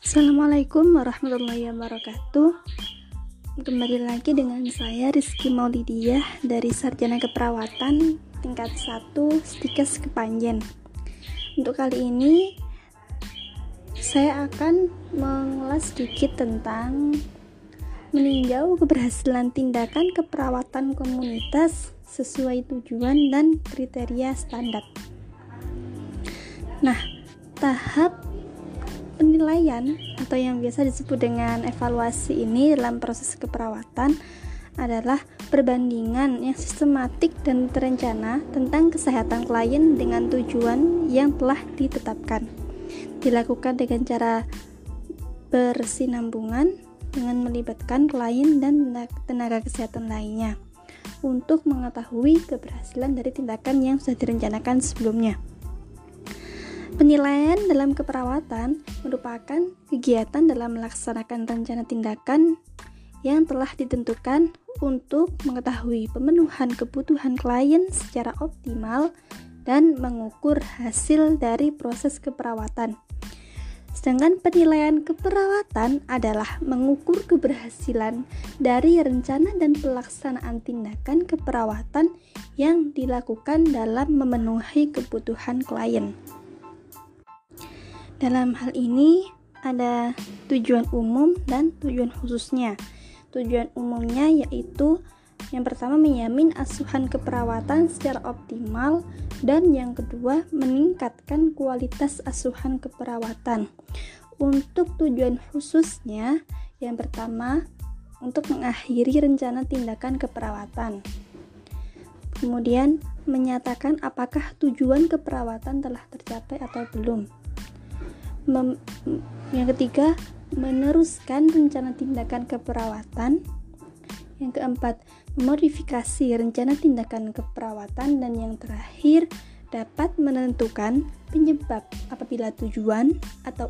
Assalamualaikum warahmatullahi wabarakatuh. Kembali lagi dengan saya Rizky Maulidiah dari Sarjana Keperawatan tingkat 1 Stikes Kepanjen. Untuk kali ini saya akan mengulas sedikit tentang meninjau keberhasilan tindakan keperawatan komunitas sesuai tujuan dan kriteria standar. Nah, tahap penilaian atau yang biasa disebut dengan evaluasi ini dalam proses keperawatan adalah perbandingan yang sistematik dan terencana tentang kesehatan klien dengan tujuan yang telah ditetapkan. Dilakukan dengan cara bersinambungan dengan melibatkan klien dan tenaga kesehatan lainnya untuk mengetahui keberhasilan dari tindakan yang sudah direncanakan sebelumnya. Penilaian dalam keperawatan merupakan kegiatan dalam melaksanakan rencana tindakan yang telah ditentukan untuk mengetahui pemenuhan kebutuhan klien secara optimal dan mengukur hasil dari proses keperawatan. Sedangkan penilaian keperawatan adalah mengukur keberhasilan dari rencana dan pelaksanaan tindakan keperawatan yang dilakukan dalam memenuhi kebutuhan klien. Dalam hal ini ada tujuan umum dan tujuan khususnya. Tujuan umumnya yaitu yang pertama menjamin asuhan keperawatan secara optimal, dan yang kedua meningkatkan kualitas asuhan keperawatan. Untuk tujuan khususnya, yang pertama untuk mengakhiri rencana tindakan keperawatan. Kemudian menyatakan apakah tujuan keperawatan telah tercapai atau belum. Yang ketiga, meneruskan rencana tindakan keperawatan. Yang keempat, memodifikasi rencana tindakan keperawatan. Dan yang terakhir, dapat menentukan penyebab apabila tujuan atau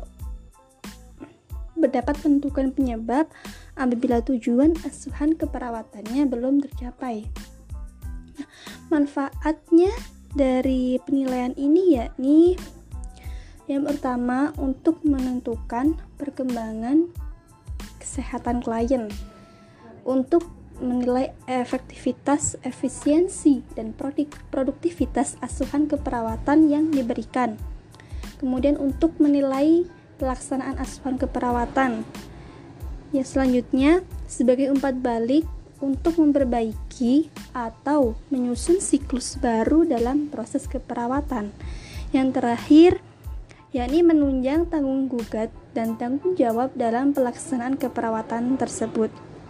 dapat menentukan penyebab apabila tujuan asuhan keperawatannya belum tercapai. Nah, manfaatnya dari penilaian ini yakni yang pertama untuk menentukan perkembangan kesehatan klien, untuk menilai efektivitas, efisiensi, dan produktivitas asuhan keperawatan yang diberikan. Kemudian untuk menilai pelaksanaan asuhan keperawatan. Yang selanjutnya sebagai umpan balik untuk memperbaiki atau menyusun siklus baru dalam proses keperawatan. Yang terakhir yakni menunjang tanggung gugat dan tanggung jawab dalam pelaksanaan keperawatan tersebut.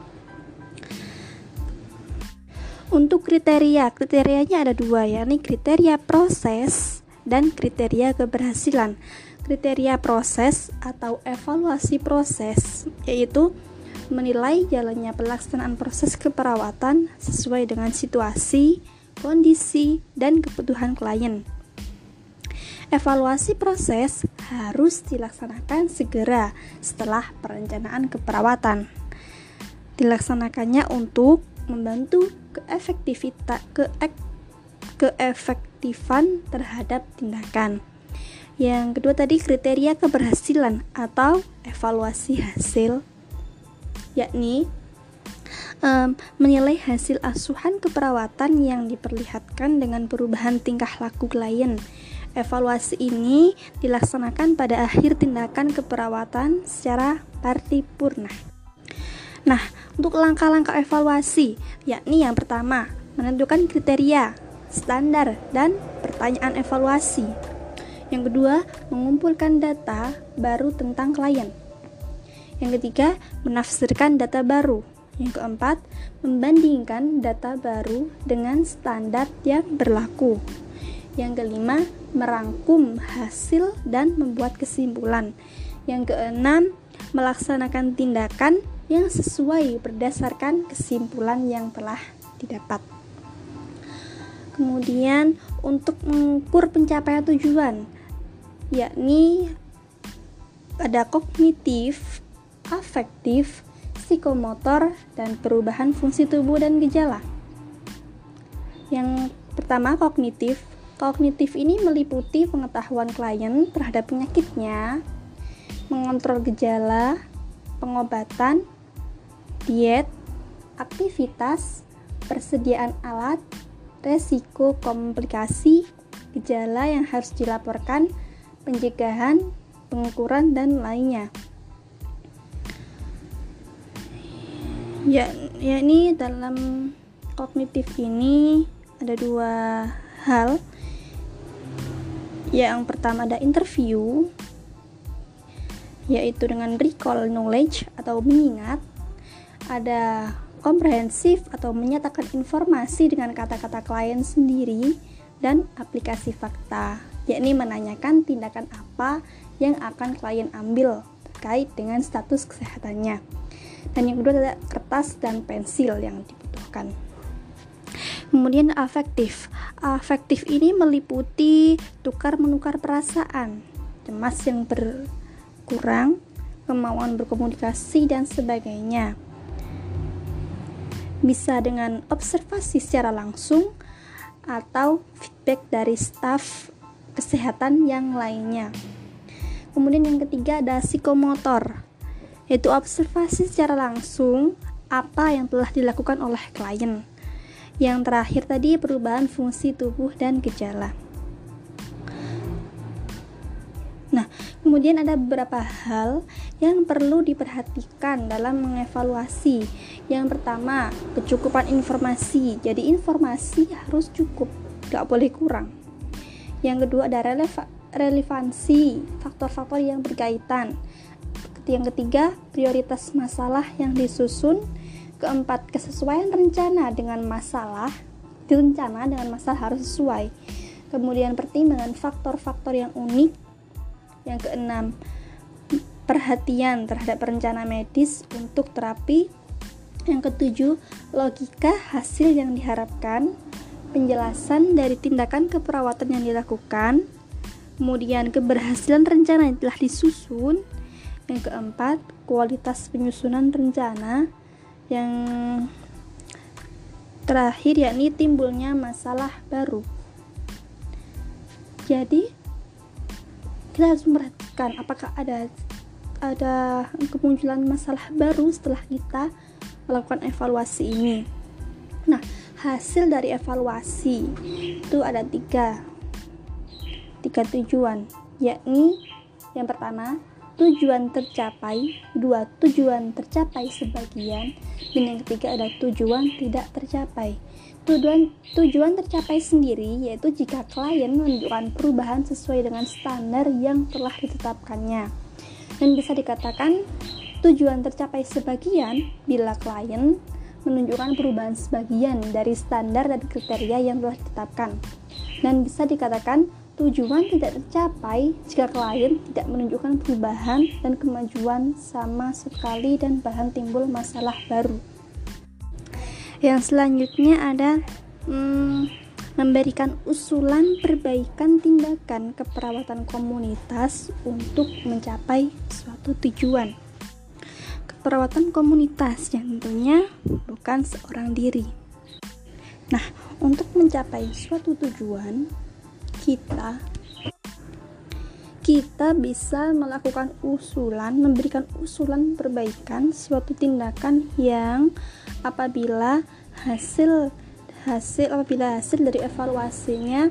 Untuk kriterianya ada dua, yakni kriteria proses dan kriteria keberhasilan. Kriteria proses atau evaluasi proses yaitu menilai jalannya pelaksanaan proses keperawatan sesuai dengan situasi, kondisi, dan kebutuhan klien. Evaluasi proses harus dilaksanakan segera setelah perencanaan keperawatan. Dilaksanakannya untuk membantu keefektifan terhadap tindakan. Yang kedua tadi kriteria keberhasilan atau evaluasi hasil, yakni menilai hasil asuhan keperawatan yang diperlihatkan dengan perubahan tingkah laku klien. Evaluasi ini dilaksanakan pada akhir tindakan keperawatan secara paripurna. Nah, untuk langkah-langkah evaluasi, yakni yang pertama, menentukan kriteria, standar, dan pertanyaan evaluasi. Yang kedua, mengumpulkan data baru tentang klien. Yang ketiga, menafsirkan data baru. Yang keempat, membandingkan data baru dengan standar yang berlaku. Yang kelima, merangkum hasil dan membuat kesimpulan. Yang keenam, melaksanakan tindakan yang sesuai berdasarkan kesimpulan yang telah didapat. Kemudian untuk mengukur pencapaian tujuan, yakni ada kognitif, afektif, psikomotor, dan perubahan fungsi tubuh dan gejala. Yang pertama kognitif. Kognitif ini meliputi pengetahuan klien terhadap penyakitnya, mengontrol gejala, pengobatan, diet, aktivitas, persediaan alat, resiko komplikasi, gejala yang harus dilaporkan, pencegahan, pengukuran, dan lainnya. Yakni dalam kognitif ini ada dua hal. Yang pertama ada interview, yaitu dengan recall knowledge atau mengingat. Ada komprehensif atau menyatakan informasi dengan kata-kata klien sendiri, dan aplikasi fakta, yakni menanyakan tindakan apa yang akan klien ambil terkait dengan status kesehatannya. Dan yang kedua ada kertas dan pensil yang dibutuhkan. Kemudian afektif. Afektif ini meliputi tukar-menukar perasaan, cemas yang berkurang, kemauan berkomunikasi, dan sebagainya. Bisa dengan observasi secara langsung atau feedback dari staf kesehatan yang lainnya. Kemudian yang ketiga ada psikomotor, yaitu observasi secara langsung apa yang telah dilakukan oleh klien. Yang terakhir tadi perubahan fungsi tubuh dan gejala. Nah, kemudian ada beberapa hal yang perlu diperhatikan dalam mengevaluasi. Yang pertama, kecukupan informasi. Jadi informasi harus cukup, gak boleh kurang. Yang kedua ada relevansi, faktor-faktor yang berkaitan. Yang ketiga, prioritas masalah yang disusun. Keempat, kesesuaian rencana dengan masalah. Rencana dengan masalah harus sesuai. Kemudian pertimbangan faktor-faktor yang unik. Yang keenam, perhatian terhadap rencana medis untuk terapi. Yang ketujuh, logika hasil yang diharapkan. Penjelasan dari tindakan keperawatan yang dilakukan. Kemudian keberhasilan rencana yang telah disusun. Yang keempat, kualitas penyusunan rencana. Yang terakhir yakni timbulnya masalah baru. Jadi kita harus memperhatikan apakah ada kemunculan masalah baru setelah kita melakukan evaluasi ini. Nah, hasil dari evaluasi itu ada tiga tujuan, yakni yang pertama tujuan tercapai, kedua tujuan tercapai sebagian, dan yang ketiga ada tujuan tidak tercapai. Tujuan tercapai sendiri yaitu jika klien menunjukkan perubahan sesuai dengan standar yang telah ditetapkannya, dan bisa dikatakan tujuan tercapai sebagian bila klien menunjukkan perubahan sebagian dari standar dan kriteria yang telah ditetapkan, dan bisa dikatakan tujuan tidak tercapai jika klien tidak menunjukkan perubahan dan kemajuan sama sekali dan bahkan timbul masalah baru. Yang selanjutnya ada memberikan usulan perbaikan tindakan keperawatan komunitas untuk mencapai suatu tujuan. Keperawatan komunitas yang tentunya bukan seorang diri. Nah, untuk mencapai suatu tujuan, kita bisa melakukan memberikan usulan perbaikan suatu tindakan yang apabila hasil dari evaluasinya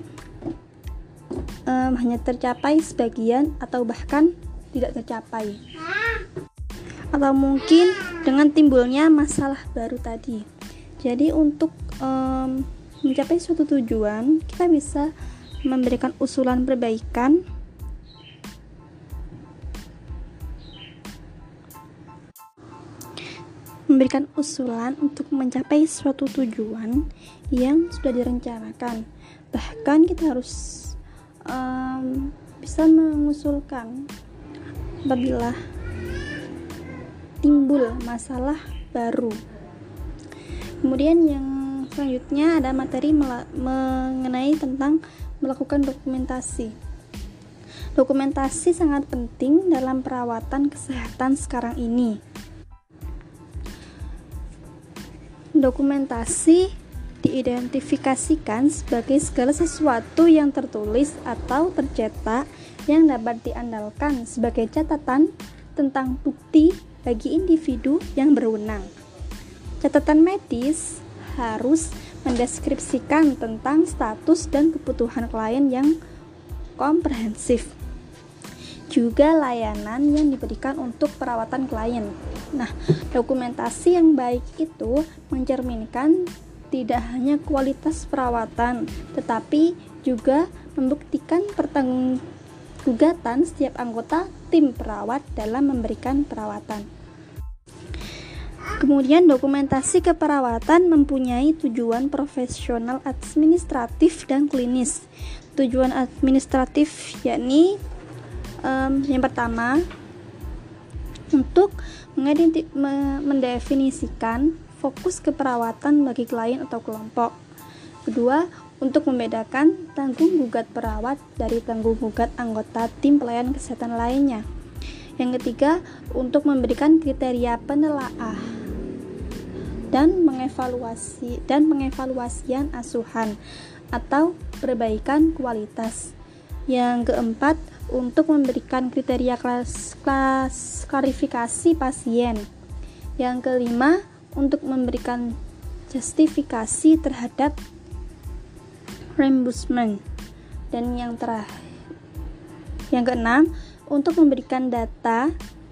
hanya tercapai sebagian atau bahkan tidak tercapai, atau mungkin dengan timbulnya masalah baru tadi. Jadi untuk mencapai suatu tujuan, kita bisa memberikan usulan perbaikan untuk mencapai suatu tujuan yang sudah direncanakan. Bahkan kita harus bisa mengusulkan apabila timbul masalah baru. Kemudian yang selanjutnya ada materi mengenai tentang melakukan dokumentasi. Dokumentasi sangat penting dalam perawatan kesehatan sekarang ini. Dokumentasi diidentifikasikan sebagai segala sesuatu yang tertulis atau tercetak yang dapat diandalkan sebagai catatan tentang bukti bagi individu yang berwenang. Catatan medis harus mendeskripsikan tentang status dan kebutuhan klien yang komprehensif. Juga layanan yang diberikan untuk perawatan klien. Nah, dokumentasi yang baik itu mencerminkan tidak hanya kualitas perawatan, tetapi juga membuktikan pertanggungjawab setiap anggota tim perawat dalam memberikan perawatan. Kemudian dokumentasi keperawatan mempunyai tujuan profesional, administratif, dan klinis. Tujuan administratif yakni yang pertama untuk mendefinisikan fokus keperawatan bagi klien atau kelompok. Kedua, untuk membedakan tanggung gugat perawat dari tanggung gugat anggota tim pelayanan kesehatan lainnya. Yang ketiga, untuk memberikan kriteria penelaah dan pengevaluasian asuhan atau perbaikan kualitas. Yang keempat, untuk memberikan kriteria klarifikasi pasien. Yang kelima, untuk memberikan justifikasi terhadap reimbursement. Dan yang keenam, untuk memberikan data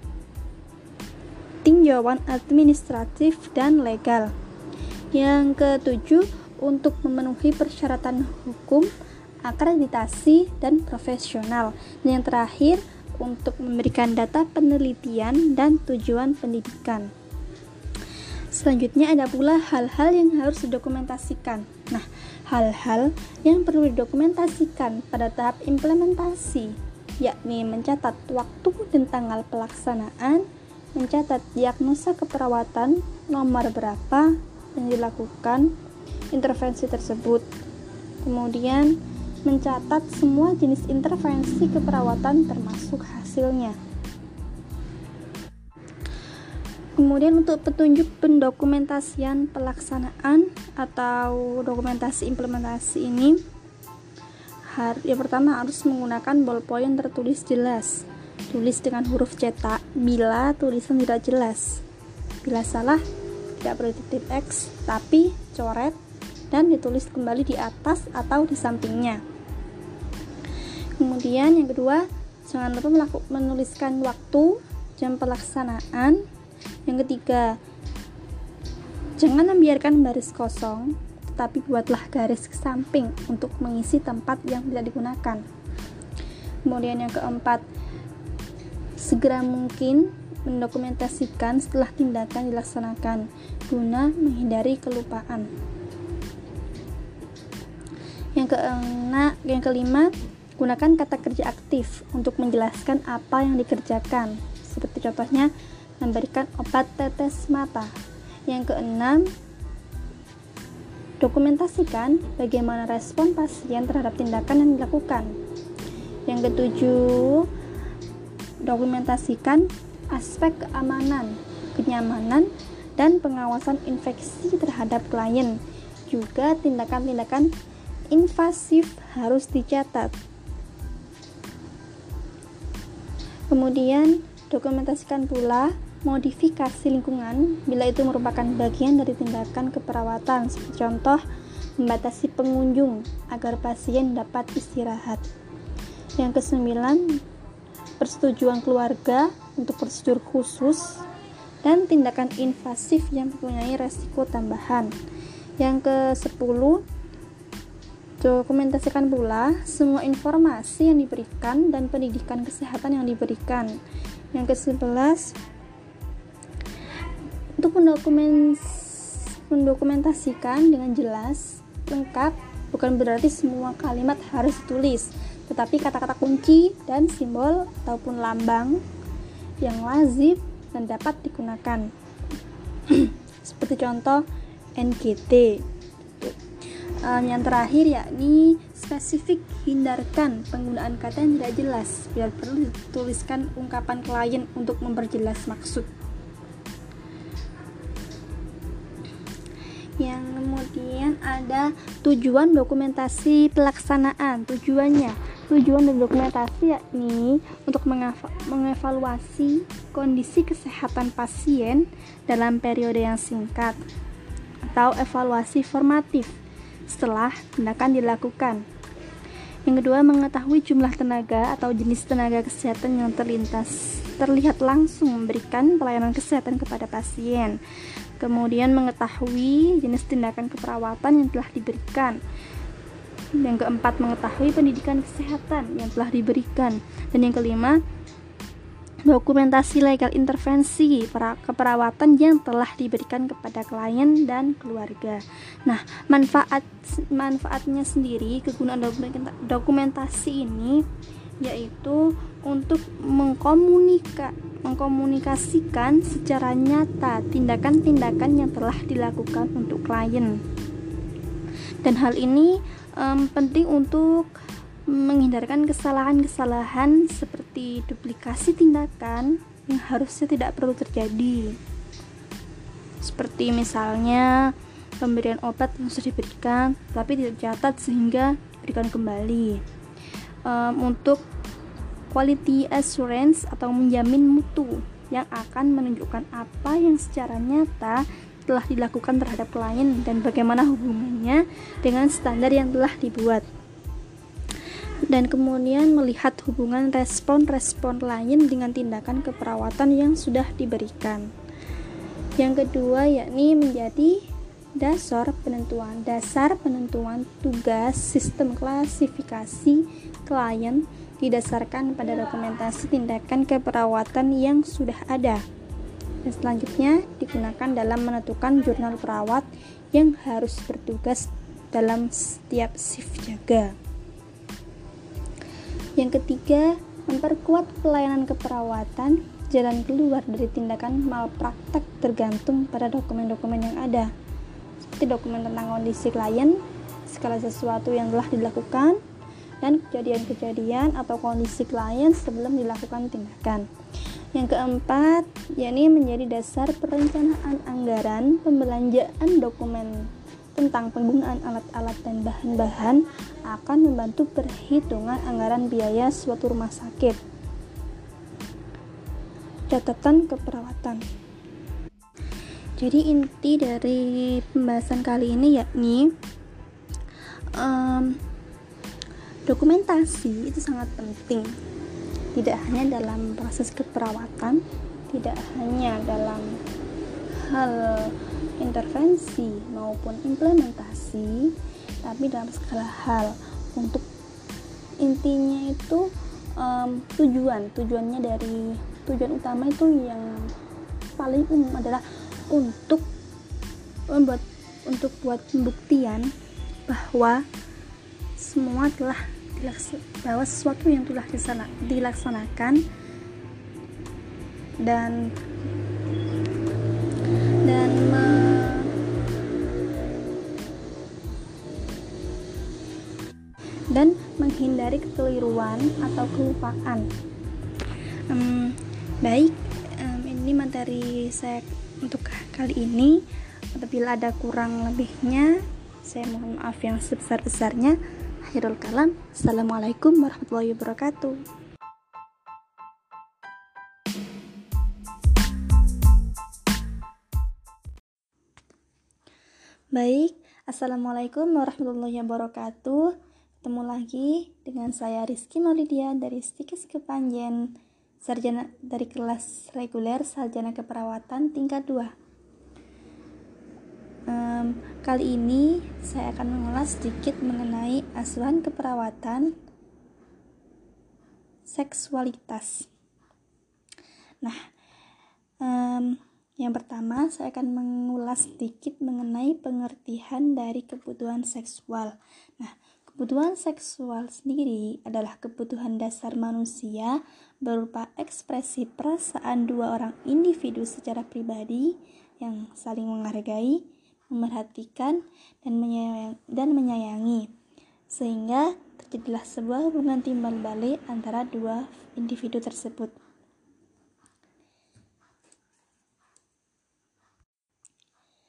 tinjauan administratif dan legal. Yang ketujuh, untuk memenuhi persyaratan hukum, akreditasi, dan profesional. Dan yang terakhir, untuk memberikan data penelitian dan tujuan pendidikan. Selanjutnya ada pula hal-hal yang harus didokumentasikan. Nah, hal-hal yang perlu didokumentasikan pada tahap implementasi yakni mencatat waktu dan tanggal pelaksanaan, mencatat diagnosa keperawatan nomor berapa yang dilakukan intervensi tersebut, kemudian mencatat semua jenis intervensi keperawatan termasuk hasilnya. Kemudian untuk petunjuk pendokumentasian pelaksanaan atau dokumentasi implementasi ini, yang pertama harus menggunakan ballpoint tertulis jelas, tulis dengan huruf cetak bila tulisan tidak jelas. Bila salah, tidak perlu titip X, tapi coret dan ditulis kembali di atas atau di sampingnya. Kemudian yang kedua, jangan lupa menuliskan waktu, jam pelaksanaan. Yang ketiga, jangan membiarkan baris kosong, tetapi buatlah garis ke samping untuk mengisi tempat yang tidak digunakan. Kemudian yang keempat, segera mungkin mendokumentasikan setelah tindakan dilaksanakan guna menghindari kelupaan. Yang kelima, gunakan kata kerja aktif untuk menjelaskan apa yang dikerjakan. Seperti contohnya, memberikan obat tetes mata. Yang keenam, dokumentasikan bagaimana respon pasien terhadap tindakan yang dilakukan. Yang ketujuh, dokumentasikan aspek keamanan, kenyamanan, dan pengawasan infeksi terhadap klien. Juga tindakan-tindakan invasif harus dicatat. Kemudian dokumentasikan pula modifikasi lingkungan bila itu merupakan bagian dari tindakan keperawatan, seperti contoh membatasi pengunjung agar pasien dapat istirahat. Yang kesembilan, persetujuan keluarga untuk prosedur khusus dan tindakan invasif yang mempunyai resiko tambahan. Yang ke-10, dokumentasikan pula semua informasi yang diberikan dan pendidikan kesehatan yang diberikan. Yang ke-11, untuk mendokumentasikan dengan jelas, lengkap, bukan berarti semua kalimat harus ditulis, tetapi kata-kata kunci dan simbol ataupun lambang yang lazim dan dapat digunakan. Seperti contoh NGT. Yang terakhir yakni spesifik, hindarkan penggunaan kata yang tidak jelas, biar perlu dituliskan ungkapan klien untuk memperjelas maksud. Yang kemudian ada tujuan dokumentasi pelaksanaan. Tujuannya Tujuan dari dokumentasi yakni untuk mengevaluasi kondisi kesehatan pasien dalam periode yang singkat atau evaluasi formatif setelah tindakan dilakukan. Yang kedua, mengetahui jumlah tenaga atau jenis tenaga kesehatan yang terlihat langsung memberikan pelayanan kesehatan kepada pasien. Kemudian mengetahui jenis tindakan keperawatan yang telah diberikan. Yang keempat, mengetahui pendidikan kesehatan yang telah diberikan. Dan yang kelima, dokumentasi legal intervensi keperawatan yang telah diberikan kepada klien dan keluarga. Nah, manfaatnya sendiri, kegunaan dokumentasi ini yaitu untuk mengkomunikasikan secara nyata tindakan-tindakan yang telah dilakukan untuk klien. Dan hal ini penting untuk menghindarkan kesalahan-kesalahan seperti duplikasi tindakan yang harusnya tidak perlu terjadi. Seperti misalnya pemberian obat yang sudah diberikan tapi tidak dicatat sehingga diberikan kembali. Untuk quality assurance atau menjamin mutu yang akan menunjukkan apa yang secara nyata telah dilakukan terhadap klien dan bagaimana hubungannya dengan standar yang telah dibuat. Dan kemudian melihat hubungan respon-respon klien dengan tindakan keperawatan yang sudah diberikan. Yang kedua yakni menjadi dasar penentuan tugas sistem klasifikasi klien didasarkan pada dokumentasi tindakan keperawatan yang sudah ada. Dan selanjutnya digunakan dalam menentukan jurnal perawat yang harus bertugas dalam setiap shift jaga. Yang ketiga, memperkuat pelayanan keperawatan. Jalan keluar dari tindakan malpraktek tergantung pada dokumen-dokumen yang ada, seperti dokumen tentang kondisi klien, segala sesuatu yang telah dilakukan, dan kejadian-kejadian atau kondisi klien sebelum dilakukan tindakan. Yang keempat, yakni menjadi dasar perencanaan anggaran. Pembelanjaan dokumen tentang penggunaan alat-alat dan bahan-bahan akan membantu perhitungan anggaran biaya suatu rumah sakit. Catatan keperawatan. Jadi inti dari pembahasan kali ini yakni dokumentasi itu sangat penting, tidak hanya dalam proses keperawatan, tidak hanya dalam hal intervensi maupun implementasi, tapi dalam segala hal. Untuk intinya itu tujuannya dari tujuan utama itu yang paling umum adalah untuk buat pembuktian bahwa semua telah bahwa sesuatu yang telah dilaksanakan dan menghindari kekeliruan atau kelupaan. Baik, ini materi saya untuk kali ini. Apabila ada kurang lebihnya, saya mohon maaf yang sebesar-besarnya. Akhirul kalam. Assalamualaikum warahmatullahi wabarakatuh. Baik, assalamualaikum warahmatullahi wabarakatuh. Ketemu lagi dengan saya Rizky Maulidia dari Stikes Kepanjen, sarjana dari kelas reguler sarjana keperawatan tingkat 2. Kali ini saya akan mengulas sedikit mengenai asuhan keperawatan seksualitas. Nah, yang pertama saya akan mengulas sedikit mengenai pengertian dari kebutuhan seksual. Nah, kebutuhan seksual sendiri adalah kebutuhan dasar manusia berupa ekspresi perasaan dua orang individu secara pribadi yang saling menghargai, memerhatikan, dan menyayangi, sehingga terjadilah sebuah hubungan timbal balik antara dua individu tersebut.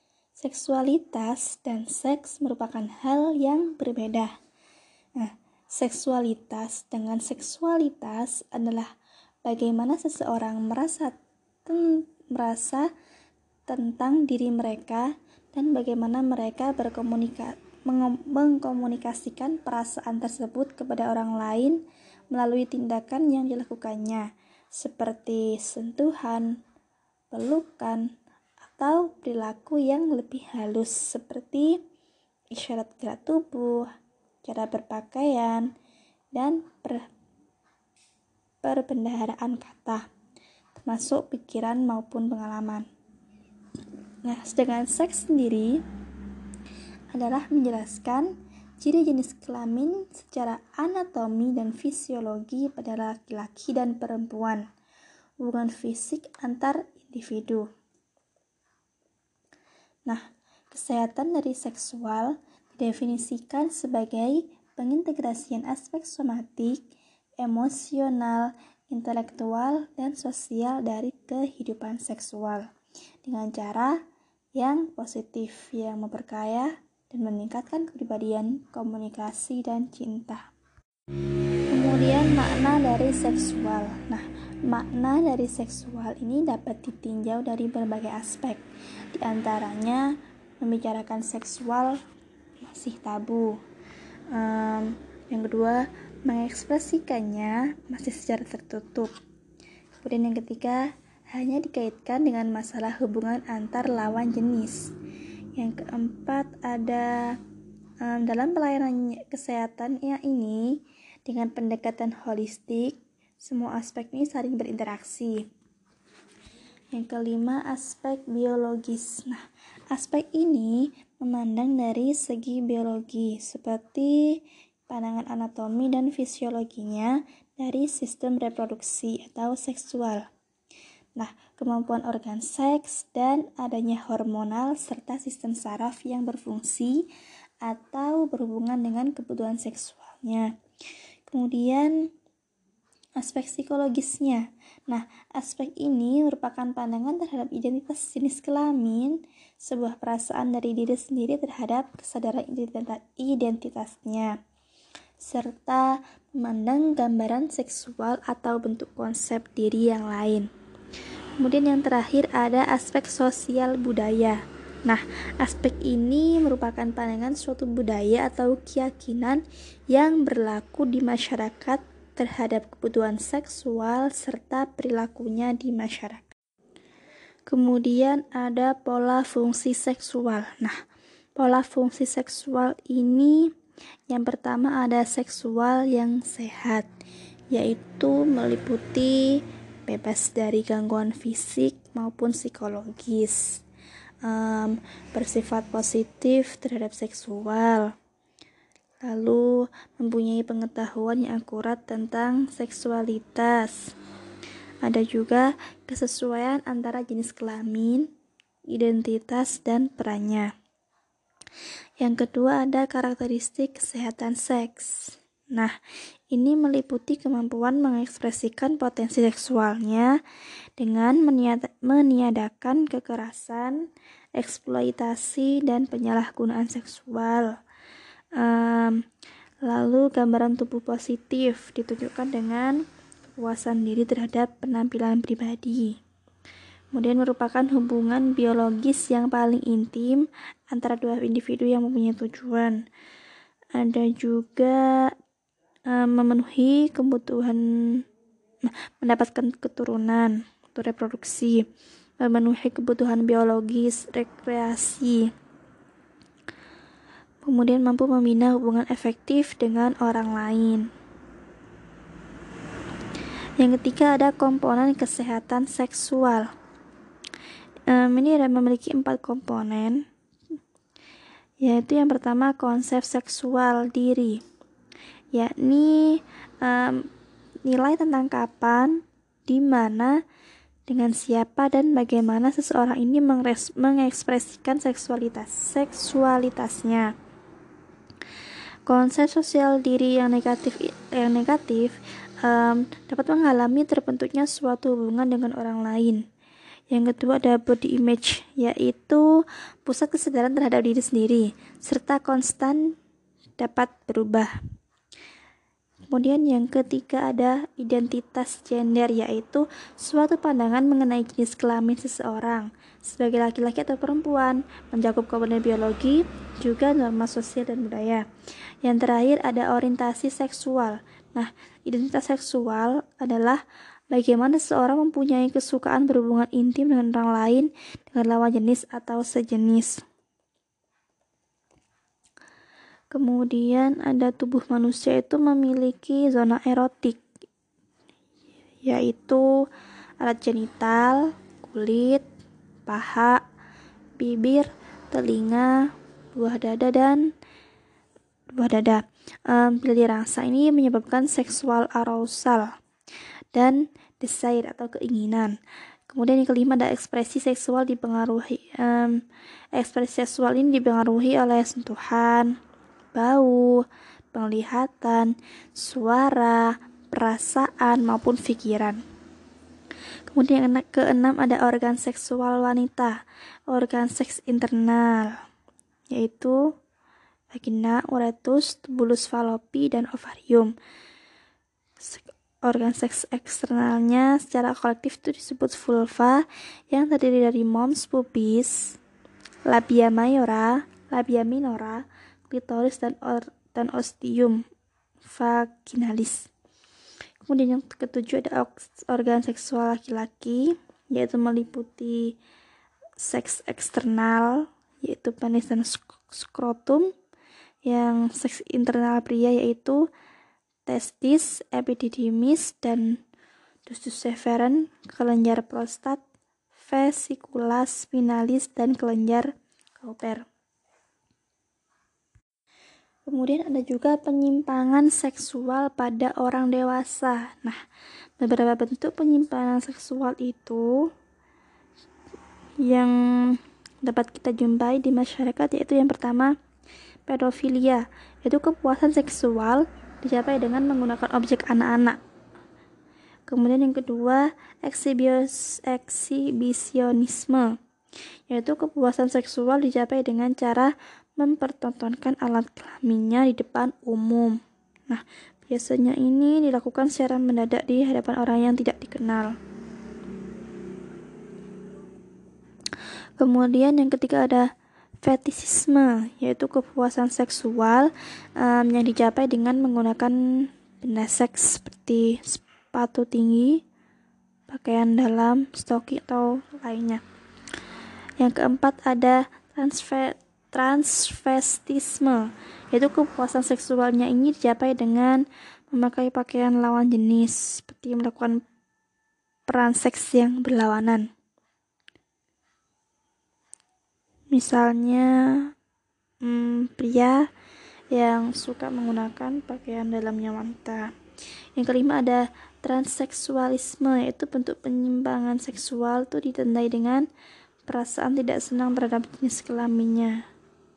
Seksualitas dan seks merupakan hal yang berbeda. Nah, seksualitas dengan seksualitas adalah bagaimana seseorang merasa tentang diri mereka dan bagaimana mereka mengkomunikasikan perasaan tersebut kepada orang lain melalui tindakan yang dilakukannya, seperti sentuhan, pelukan, atau perilaku yang lebih halus seperti isyarat gerak tubuh, cara berpakaian, dan perbendaharaan kata, termasuk pikiran maupun pengalaman. Nah, sedangkan seks sendiri adalah menjelaskan ciri jenis kelamin secara anatomi dan fisiologi pada laki-laki dan perempuan, hubungan fisik antar individu. Nah, kesehatan dari seksual didefinisikan sebagai pengintegrasian aspek somatik, emosional, intelektual, dan sosial dari kehidupan seksual dengan cara yang positif, yang memperkaya dan meningkatkan kepribadian, komunikasi, dan cinta. Kemudian makna dari seksual. Nah, makna dari seksual ini dapat ditinjau dari berbagai aspek. Di antaranya, membicarakan seksual masih tabu. Yang kedua, mengekspresikannya masih secara tertutup. Kemudian yang ketiga, hanya dikaitkan dengan masalah hubungan antar lawan jenis. Yang keempat, ada dalam pelayanan kesehatan ini dengan pendekatan holistik, semua aspek ini saling berinteraksi. Yang kelima, aspek biologis. Nah, aspek ini memandang dari segi biologi, seperti pandangan anatomi dan fisiologinya dari sistem reproduksi atau seksual. Nah, kemampuan organ seks dan adanya hormonal serta sistem saraf yang berfungsi atau berhubungan dengan kebutuhan seksualnya. Kemudian aspek psikologisnya. Nah, aspek ini merupakan pandangan terhadap identitas jenis kelamin, sebuah perasaan dari diri sendiri terhadap kesadaran identitasnya, serta memandang gambaran seksual atau bentuk konsep diri yang lain. Kemudian yang terakhir ada aspek sosial budaya. Nah, aspek ini merupakan pandangan suatu budaya atau keyakinan yang berlaku di masyarakat terhadap kebutuhan seksual serta perilakunya di masyarakat. Kemudian ada pola fungsi seksual. Nah, pola fungsi seksual ini yang pertama ada seksual yang sehat, yaitu meliputi bebas dari gangguan fisik maupun psikologis, bersifat positif terhadap seksual, lalu mempunyai pengetahuan yang akurat tentang seksualitas. Ada juga kesesuaian antara jenis kelamin, identitas, dan perannya. Yang kedua ada karakteristik kesehatan seks. Nah, ini meliputi kemampuan mengekspresikan potensi seksualnya dengan meniadakan kekerasan, eksploitasi, dan penyalahgunaan seksual. Lalu gambaran tubuh positif ditunjukkan dengan kepuasan diri terhadap penampilan pribadi. Kemudian merupakan hubungan biologis yang paling intim antara dua individu yang mempunyai tujuan. Ada juga memenuhi kebutuhan mendapatkan keturunan atau reproduksi, memenuhi kebutuhan biologis, rekreasi. Kemudian mampu membina hubungan efektif dengan orang lain. Yang ketiga ada komponen kesehatan seksual. Ini ada memiliki 4 komponen, yaitu yang pertama konsep seksual diri, yakni nilai tentang kapan, di mana, dengan siapa, dan bagaimana seseorang ini mengekspresikan seksualitasnya. Konsep sosial diri yang negatif dapat menghalangi terbentuknya suatu hubungan dengan orang lain. Yang kedua ada body image, yaitu pusat kesadaran terhadap diri sendiri, serta konstan dapat berubah. Kemudian yang ketiga ada identitas gender, yaitu suatu pandangan mengenai jenis kelamin seseorang sebagai laki-laki atau perempuan, mencakup komponen biologi, juga norma sosial dan budaya. Yang terakhir ada orientasi seksual. Nah, identitas seksual adalah bagaimana seseorang mempunyai kesukaan berhubungan intim dengan orang lain, dengan lawan jenis atau sejenis. Kemudian ada tubuh manusia itu memiliki zona erotik, yaitu alat genital, kulit, paha, bibir, telinga, buah dada. Bila dirangsang ini menyebabkan seksual arousal dan desire atau keinginan. Kemudian yang kelima ada ekspresi seksual ini dipengaruhi oleh sentuhan, bau, penglihatan, suara, perasaan maupun pikiran. Kemudian yang keenam ada organ seksual wanita, organ seks internal, yaitu vagina, uretus, tubulus fallopi, dan ovarium. Organ seks eksternalnya secara kolektif itu disebut vulva, yang terdiri dari mons pubis, labia minora, klitoris, dan ostium vaginalis. Kemudian yang ketujuh ada organ seksual laki-laki, yaitu meliputi seks eksternal, yaitu penis dan skrotum. Yang seks internal pria yaitu testis, epididymis, dan ductus efferens, kelenjar prostat, vesicula spinalis, dan kelenjar Cowper. Kemudian ada juga penyimpangan seksual pada orang dewasa. Nah, beberapa bentuk penyimpangan seksual itu yang dapat kita jumpai di masyarakat, yaitu yang pertama pedofilia, yaitu kepuasan seksual dicapai dengan menggunakan objek anak-anak. Kemudian yang kedua eksibisionisme, yaitu kepuasan seksual dicapai dengan cara mempertontonkan alat kelaminnya di depan umum. Nah, biasanya ini dilakukan secara mendadak di hadapan orang yang tidak dikenal. Kemudian yang ketiga ada fetisisme, yaitu kepuasan seksual yang dicapai dengan menggunakan benda seks seperti sepatu tinggi, pakaian dalam, stocking, atau lainnya. Yang keempat ada transvestisme, yaitu kepuasan seksualnya ini dicapai dengan memakai pakaian lawan jenis, seperti melakukan peran seks yang berlawanan. Misalnya pria yang suka menggunakan pakaian dalamnya wanita. Yang kelima ada transseksualisme, yaitu bentuk penyimpangan seksual itu ditandai dengan perasaan tidak senang terhadap jenis kelaminnya.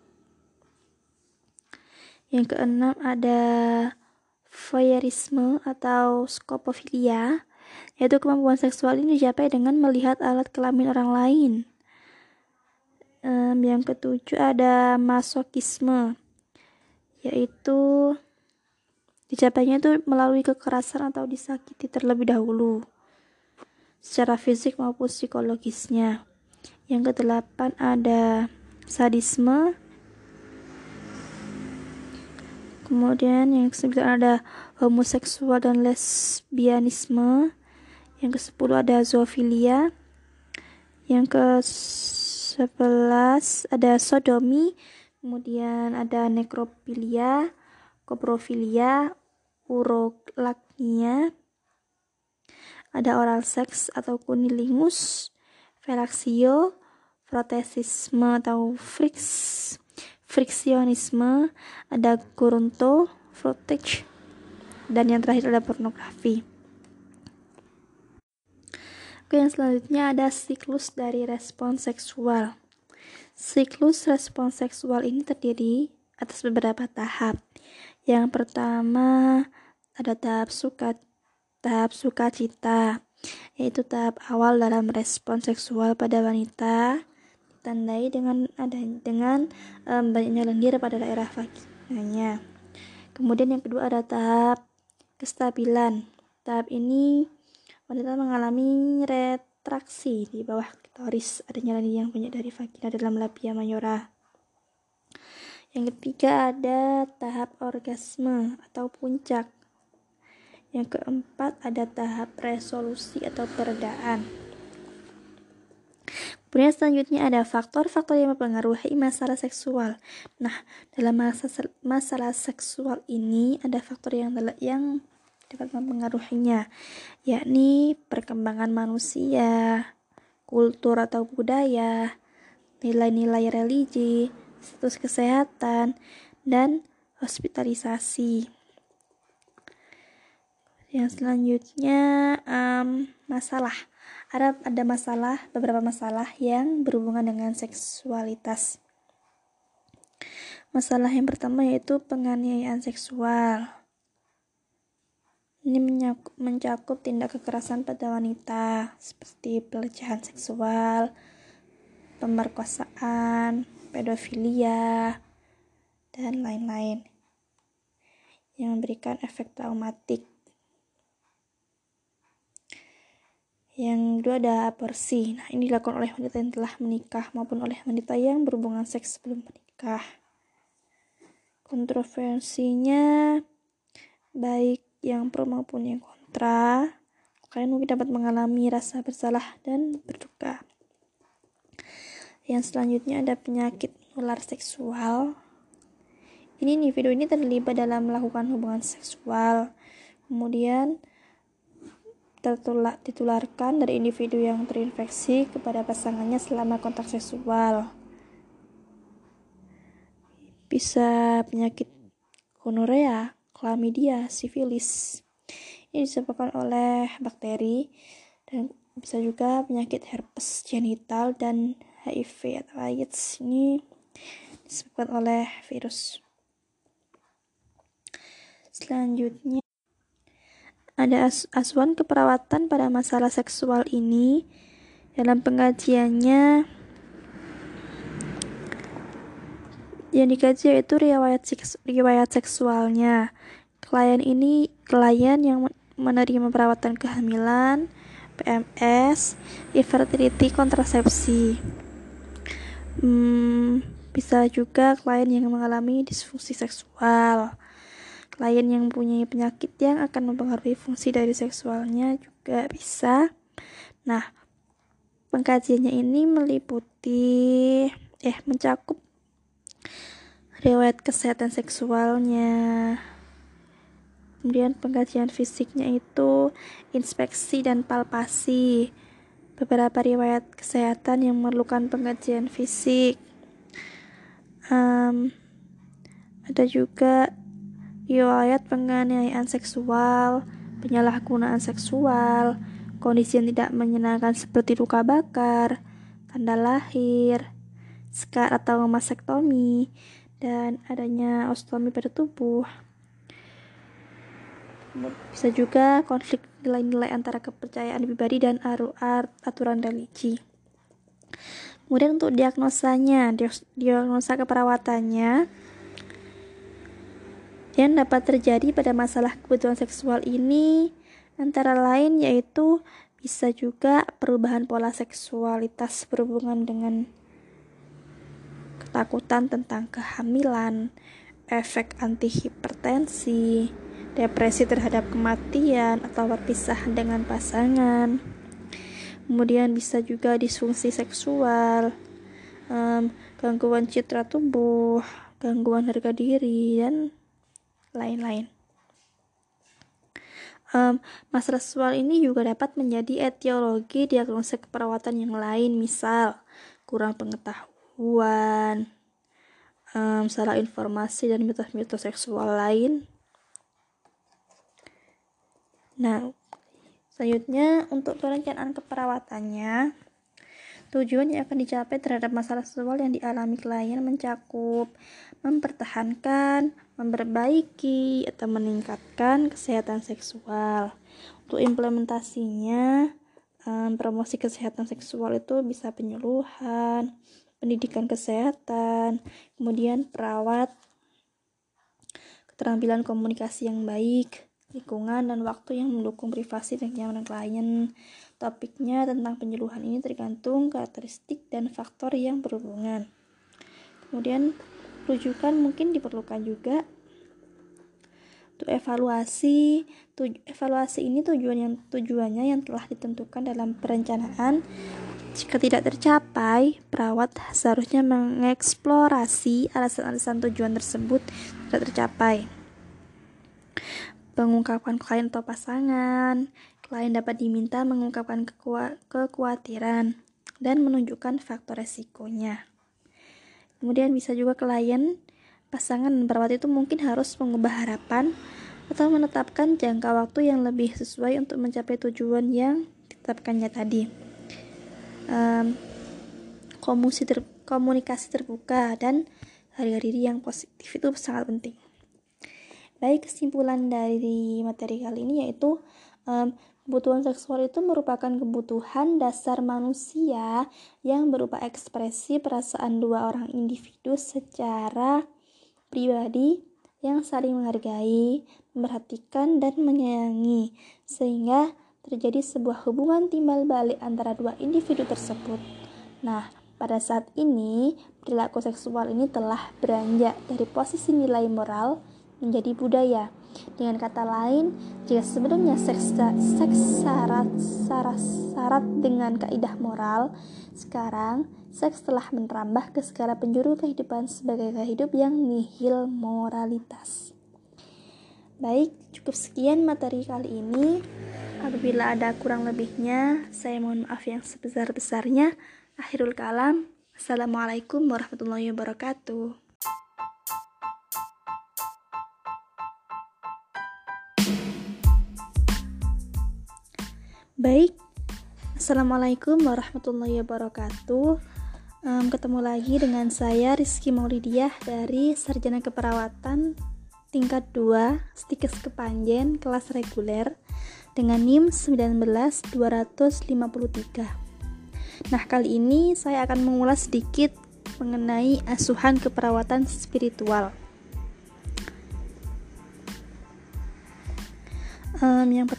Yang keenam ada voyeurisme atau skopofilia, yaitu kemampuan seksual ini dicapai dengan melihat alat kelamin orang lain. Yang ketujuh ada masokisme, yaitu dicapainya itu melalui kekerasan atau disakiti terlebih dahulu secara fisik maupun psikologisnya. Yang kedelapan ada sadisme. Kemudian yang kesembilan ada homoseksual dan lesbianisme. Yang kesepuluh ada zoofilia. Yang ke-11 ada sodomi. Kemudian ada nekrofilia, koprofilia, urolagnia, ada oral seks atau kunilingus, felaksio, protesisme atau friksionisme, ada kurunto, frotage, dan yang terakhir ada pornografi. Oke, yang selanjutnya ada siklus dari respons seksual. Siklus respons seksual ini terdiri atas beberapa tahap. Yang pertama ada tahap sukacita, yaitu tahap awal dalam respons seksual pada wanita, ditandai dengan banyaknya lendir pada daerah vaginanya. Kemudian yang kedua ada tahap kestabilan. Tahap ini wanita mengalami retraksi di bawah klitoris, adanya lagi yang banyak dari vagina dalam labia mayora. Yang ketiga ada tahap orgasme atau puncak. Yang keempat ada tahap resolusi atau peredaan. Kemudian selanjutnya ada faktor-faktor yang mempengaruhi masalah seksual. Nah, dalam masalah seksual ini ada faktor yang dapat mempengaruhinya, yakni perkembangan manusia, kultur atau budaya, nilai-nilai religi, status kesehatan, dan hospitalisasi. Yang selanjutnya masalah. Ada beberapa masalah yang berhubungan dengan seksualitas. Masalah yang pertama yaitu penganiayaan seksual. Ini mencakup tindak kekerasan pada wanita seperti pelecehan seksual, pemerkosaan, pedofilia, dan lain-lain yang memberikan efek traumatik. Yang kedua ada aborsi. Nah, ini dilakukan oleh wanita yang telah menikah maupun oleh wanita yang berhubungan seks sebelum menikah. Kontroversinya baik yang pro maupun yang kontra. Kalian mungkin dapat mengalami rasa bersalah dan berduka. Yang selanjutnya ada penyakit menular seksual. Individu ini terlibat dalam melakukan hubungan seksual, kemudian ditularkan dari individu yang terinfeksi kepada pasangannya selama kontak seksual. Bisa penyakit gonorea, chlamydia, sifilis. Ini disebabkan oleh bakteri, dan bisa juga penyakit herpes genital dan HIV atau AIDS. Ini disebabkan oleh virus. Selanjutnya ada asuhan keperawatan pada masalah seksual ini. Dalam pengajiannya yang dikaji yaitu riwayat seksualnya. Klien yang menerima perawatan kehamilan, PMS, infertility, kontrasepsi. Bisa juga klien yang mengalami disfungsi seksual. Klien yang mempunyai penyakit yang akan mempengaruhi fungsi dari seksualnya juga bisa. Nah, pengkajiannya ini mencakup riwayat kesehatan seksualnya. Kemudian pengkajian fisiknya itu inspeksi dan palpasi. Beberapa riwayat kesehatan yang memerlukan pengkajian fisik. Ada juga riwayat penganiayaan seksual, penyalahgunaan seksual, kondisi yang tidak menyenangkan seperti luka bakar, tanda lahir, skar atau masektomi, dan adanya ostomi pada tubuh. Bisa juga konflik nilai-nilai antara kepercayaan pribadi dan aturan religi. Kemudian untuk diagnosa keperawatannya yang dapat terjadi pada masalah kebutuhan seksual ini antara lain yaitu bisa juga perubahan pola seksualitas berhubungan dengan ketakutan tentang kehamilan, efek antihipertensi, depresi terhadap kematian atau perpisahan dengan pasangan. Kemudian bisa juga disfungsi seksual, gangguan citra tubuh, gangguan harga diri, dan lain-lain. Masalah seksual ini juga dapat menjadi etiologi diagnosa keperawatan yang lain, misal kurang pengetahuan, salah informasi, dan mitos-mitos seksual lain. Nah, selanjutnya untuk perencanaan keperawatannya, tujuan yang akan dicapai terhadap masalah seksual yang dialami klien mencakup mempertahankan, memperbaiki, atau meningkatkan kesehatan seksual. Untuk implementasinya, promosi kesehatan seksual itu bisa penyuluhan, pendidikan kesehatan, kemudian perawat, keterampilan komunikasi yang baik, lingkungan, dan waktu yang mendukung privasi dan kenyamanan klien. Topiknya tentang penyuluhan ini tergantung karakteristik dan faktor yang berhubungan. Kemudian rujukan mungkin diperlukan juga untuk evaluasi. Evaluasi ini tujuannya yang telah ditentukan dalam perencanaan. Jika tidak tercapai, perawat seharusnya mengeksplorasi alasan-alasan tujuan tersebut tidak tercapai. Pengungkapan klien atau pasangan. Klien dapat diminta mengungkapkan kekhawatiran dan menunjukkan faktor resikonya. Kemudian bisa juga klien, pasangan, dan perawat itu mungkin harus mengubah harapan atau menetapkan jangka waktu yang lebih sesuai untuk mencapai tujuan yang ditetapkannya tadi. Komunikasi terbuka dan harga diri yang positif itu sangat penting. Baik, kesimpulan dari materi kali ini yaitu kebutuhan seksual itu merupakan kebutuhan dasar manusia yang berupa ekspresi perasaan dua orang individu secara pribadi yang saling menghargai, memperhatikan, dan menyayangi, sehingga terjadi sebuah hubungan timbal balik antara dua individu tersebut. Nah, pada saat ini, perilaku seksual ini telah beranjak dari posisi nilai moral menjadi budaya. Dengan kata lain, jika sebelumnya seks syarat dengan kaidah moral, sekarang seks telah merambah ke segala penjuru kehidupan sebagai gaya hidup yang nihil moralitas. Baik, cukup sekian materi kali ini. Apabila ada kurang lebihnya, saya mohon maaf yang sebesar-besarnya. Akhirul kalam. Assalamualaikum warahmatullahi wabarakatuh. Baik, Assalamualaikum warahmatullahi wabarakatuh. Ketemu lagi dengan saya Rizky Maulidiah dari Sarjana Keperawatan tingkat 2 Stikes Kepanjen kelas reguler dengan NIM 19253. Nah, kali ini saya akan mengulas sedikit mengenai asuhan keperawatan spiritual. Yang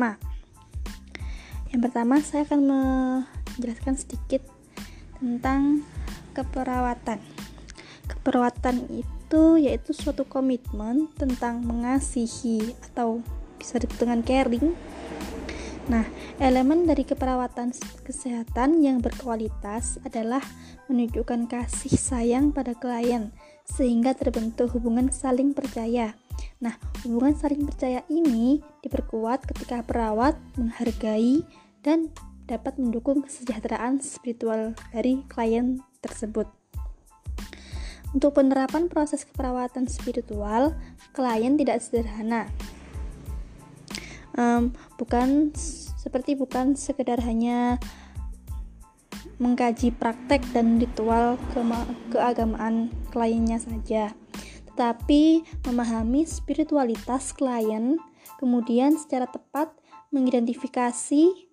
pertama saya akan menjelaskan sedikit tentang keperawatan. Keperawatan itu yaitu suatu komitmen tentang mengasihi atau bisa disebut dengan caring. Nah, elemen dari keperawatan kesehatan yang berkualitas adalah menunjukkan kasih sayang pada klien sehingga terbentuk hubungan saling percaya. Nah, hubungan saling percaya ini diperkuat ketika perawat menghargai dan dapat mendukung kesejahteraan spiritual dari klien tersebut. Untuk penerapan proses keperawatan spiritual, klien tidak sederhana. Bukan sekedar hanya mengkaji praktek dan ritual keagamaan kliennya saja, tetapi memahami spiritualitas klien, kemudian secara tepat mengidentifikasi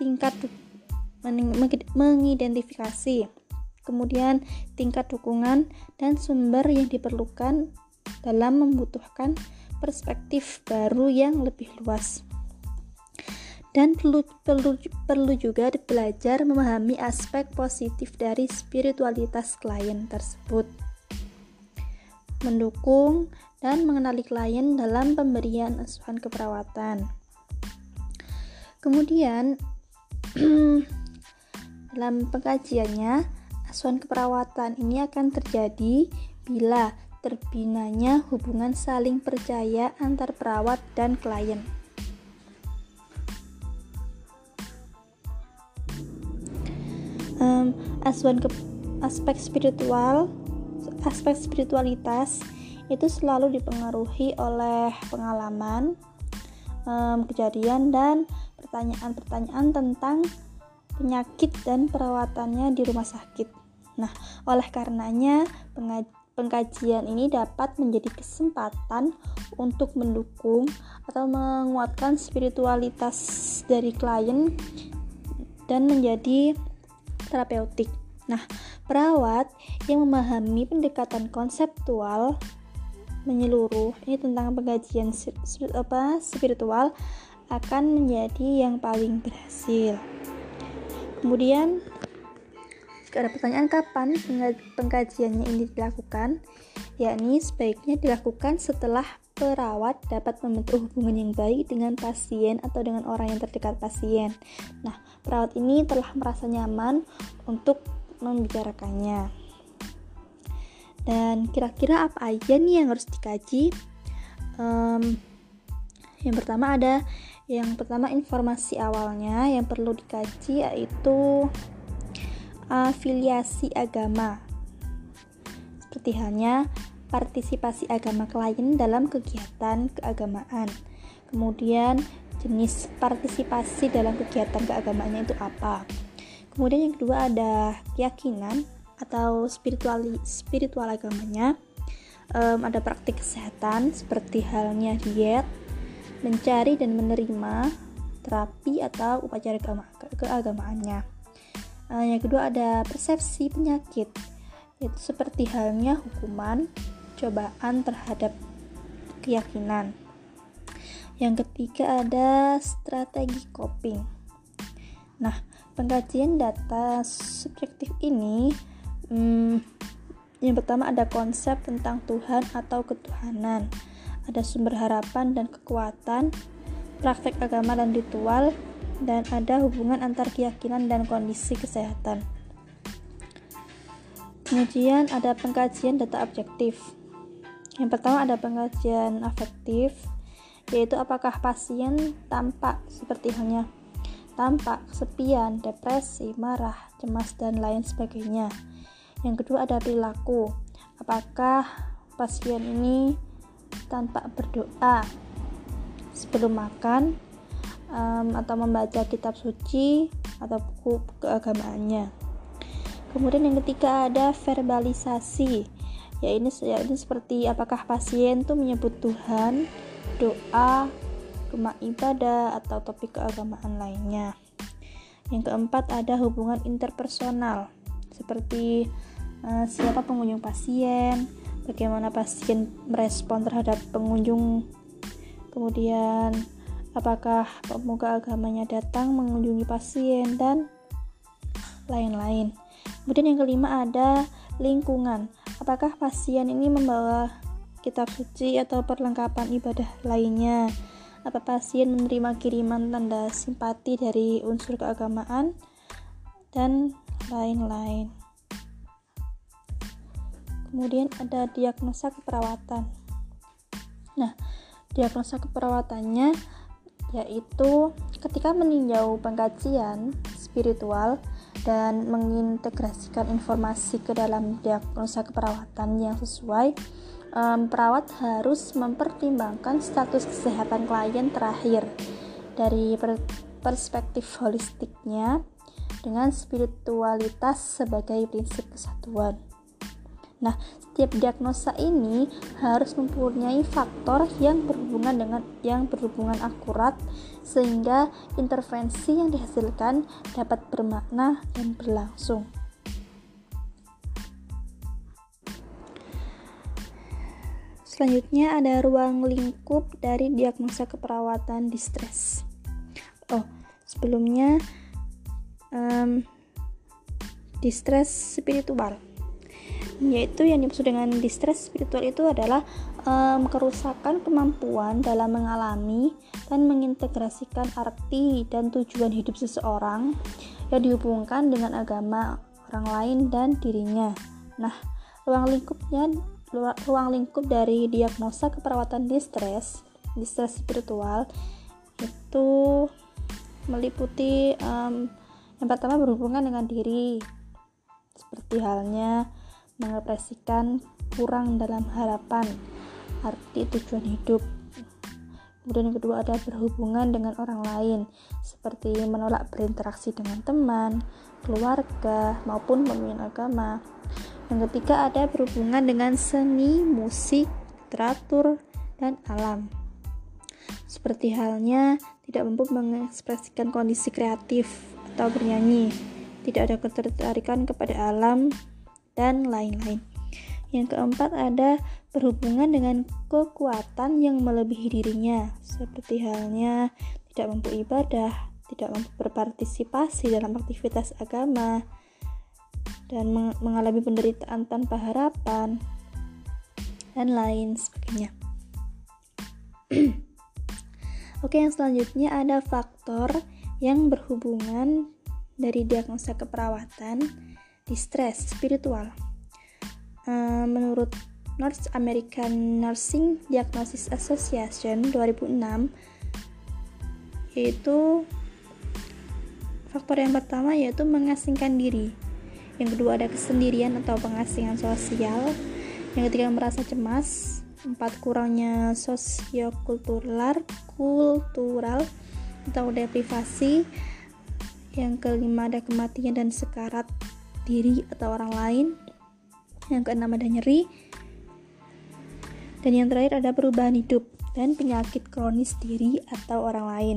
kemudian tingkat dukungan dan sumber yang diperlukan dalam membutuhkan perspektif baru yang lebih luas. Dan perlu juga belajar memahami aspek positif dari spiritualitas klien tersebut, mendukung dan mengenali klien dalam pemberian asuhan keperawatan. Kemudian dalam pengkajiannya, asuhan keperawatan ini akan terjadi bila terbinanya hubungan saling percaya antar perawat dan klien. Aspek spiritualitas itu selalu dipengaruhi oleh pengalaman, kejadian, dan pertanyaan-pertanyaan tentang penyakit dan perawatannya di rumah sakit. Nah, oleh karenanya pengkajian ini dapat menjadi kesempatan untuk mendukung atau menguatkan spiritualitas dari klien dan menjadi terapeutik. Nah, perawat yang memahami pendekatan konseptual menyeluruh ini tentang pengkajian spiritual akan menjadi yang paling berhasil. Kemudian ada pertanyaan kapan pengkajiannya ini dilakukan, yakni sebaiknya dilakukan setelah perawat dapat membentuk hubungan yang baik dengan pasien atau dengan orang yang terdekat pasien. Nah, perawat ini telah merasa nyaman untuk membicarakannya. Dan kira-kira apa aja nih yang harus dikaji? Yang pertama informasi awalnya yang perlu dikaji, yaitu afiliasi agama, seperti halnya partisipasi agama klien dalam kegiatan keagamaan. Kemudian jenis partisipasi dalam kegiatan keagamaannya itu apa. Kemudian yang kedua ada keyakinan atau spiritual agamanya. Ada praktik kesehatan seperti halnya diet, mencari dan menerima terapi atau upacara keagamaannya. Yang kedua ada persepsi penyakit, yaitu seperti halnya hukuman, cobaan terhadap keyakinan. Yang ketiga ada strategi coping. Nah, pengkajian data subjektif ini yang pertama ada konsep tentang Tuhan atau ketuhanan, ada sumber harapan dan kekuatan, praktek agama dan ritual, dan ada hubungan antar keyakinan dan kondisi kesehatan. Kemudian ada pengkajian data objektif. Yang pertama ada pengkajian afektif, yaitu apakah pasien tampak kesepian, depresi, marah, cemas, dan lain sebagainya. Yang kedua ada perilaku, apakah pasien ini tampak berdoa sebelum makan atau membaca kitab suci atau buku keagamaannya. Kemudian yang ketiga ada verbalisasi, yaitu seperti apakah pasien itu menyebut Tuhan, doa, rumah ibadah, atau topik keagamaan lainnya. Yang keempat ada hubungan interpersonal, seperti siapa pengunjung pasien, bagaimana pasien merespon terhadap pengunjung, kemudian apakah pemuka agamanya datang mengunjungi pasien, dan lain-lain. Kemudian yang kelima ada lingkungan, apakah pasien ini membawa kitab suci atau perlengkapan ibadah lainnya, apa pasien menerima kiriman tanda simpati dari unsur keagamaan, dan lain-lain. Kemudian ada diagnosa keperawatan. Nah, diagnosa keperawatannya yaitu ketika meninjau pengkajian spiritual dan mengintegrasikan informasi ke dalam diagnosa keperawatan yang sesuai, perawat harus mempertimbangkan status kesehatan klien terakhir dari perspektif holistiknya dengan spiritualitas sebagai prinsip kesatuan. Nah, setiap diagnosa ini harus mempunyai faktor yang berhubungan akurat sehingga intervensi yang dihasilkan dapat bermakna dan berlangsung. Selanjutnya ada ruang lingkup dari diagnosa keperawatan distres. Sebelumnya distres spiritual, yaitu yang dimaksud dengan distres spiritual itu adalah kerusakan kemampuan dalam mengalami dan mengintegrasikan arti dan tujuan hidup seseorang yang dihubungkan dengan agama orang lain dan dirinya. Nah, ruang lingkup dari diagnosa keperawatan distres spiritual itu meliputi yang pertama berhubungan dengan diri, seperti halnya mengekspresikan kurang dalam harapan, arti tujuan hidup. Kemudian yang kedua ada berhubungan dengan orang lain, seperti menolak berinteraksi dengan teman, keluarga, maupun pemimpin agama. Yang ketiga ada berhubungan dengan seni, musik, literatur, dan alam. Seperti halnya tidak mampu mengekspresikan kondisi kreatif atau bernyanyi, tidak ada ketertarikan kepada alam, dan lain-lain. Yang keempat ada berhubungan dengan kekuatan yang melebihi dirinya, seperti halnya tidak mampu ibadah, tidak mampu berpartisipasi dalam aktivitas agama, dan mengalami penderitaan tanpa harapan, dan lain sebagainya. Oke, yang selanjutnya ada faktor yang berhubungan dari diagnosa keperawatan, distress spiritual. Menurut North American Nursing Diagnosis Association 2006, yaitu faktor yang pertama yaitu mengasingkan diri. Yang kedua ada kesendirian atau pengasingan sosial. Yang ketiga merasa cemas. 4 kurangnya sosiokultural atau deprivasi. Yang kelima ada kematian dan sekarat diri atau orang lain. Yang keenam ada nyeri. Dan yang terakhir ada perubahan hidup dan penyakit kronis diri atau orang lain.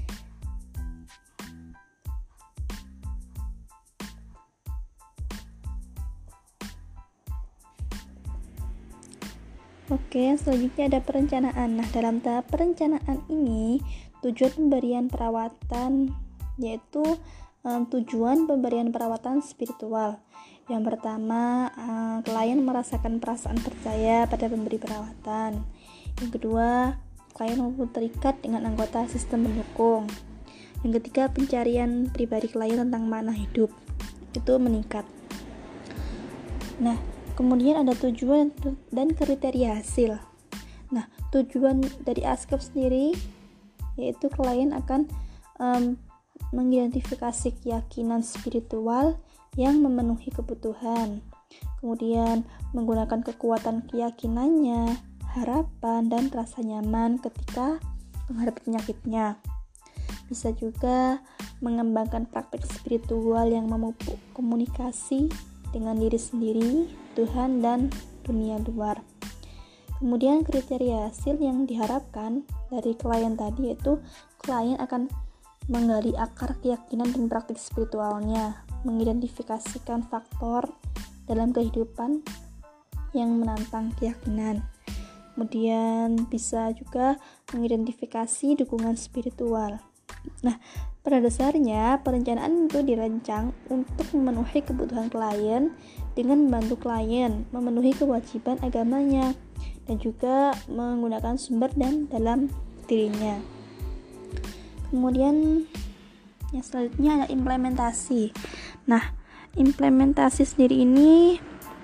Oke, selanjutnya ada perencanaan. Nah, dalam tahap perencanaan ini, tujuan pemberian perawatan yaitu tujuan pemberian perawatan spiritual. Yang pertama, klien merasakan perasaan percaya pada pemberi perawatan. Yang kedua, klien mampu terikat dengan anggota sistem pendukung. Yang ketiga, pencarian pribadi klien tentang makna hidup itu meningkat. Nah, kemudian ada tujuan dan kriteria hasil. Nah, tujuan dari ASCAP sendiri yaitu klien akan mengidentifikasi keyakinan spiritual yang memenuhi kebutuhan. Kemudian menggunakan kekuatan keyakinannya, harapan, dan rasa nyaman ketika menghadapi penyakitnya. Bisa juga mengembangkan praktek spiritual yang memupuk komunikasi dengan diri sendiri, Tuhan, dan dunia luar. Kemudian kriteria hasil yang diharapkan dari klien tadi yaitu klien akan menggali akar keyakinan dan praktik spiritualnya, mengidentifikasikan faktor dalam kehidupan yang menantang keyakinan. Kemudian bisa juga mengidentifikasi dukungan spiritual. Nah, pada dasarnya perencanaan itu dirancang untuk memenuhi kebutuhan klien dengan membantu klien memenuhi kewajiban agamanya dan juga menggunakan sumber dan dalam dirinya. Kemudian yang selanjutnya ada implementasi. Nah, implementasi sendiri ini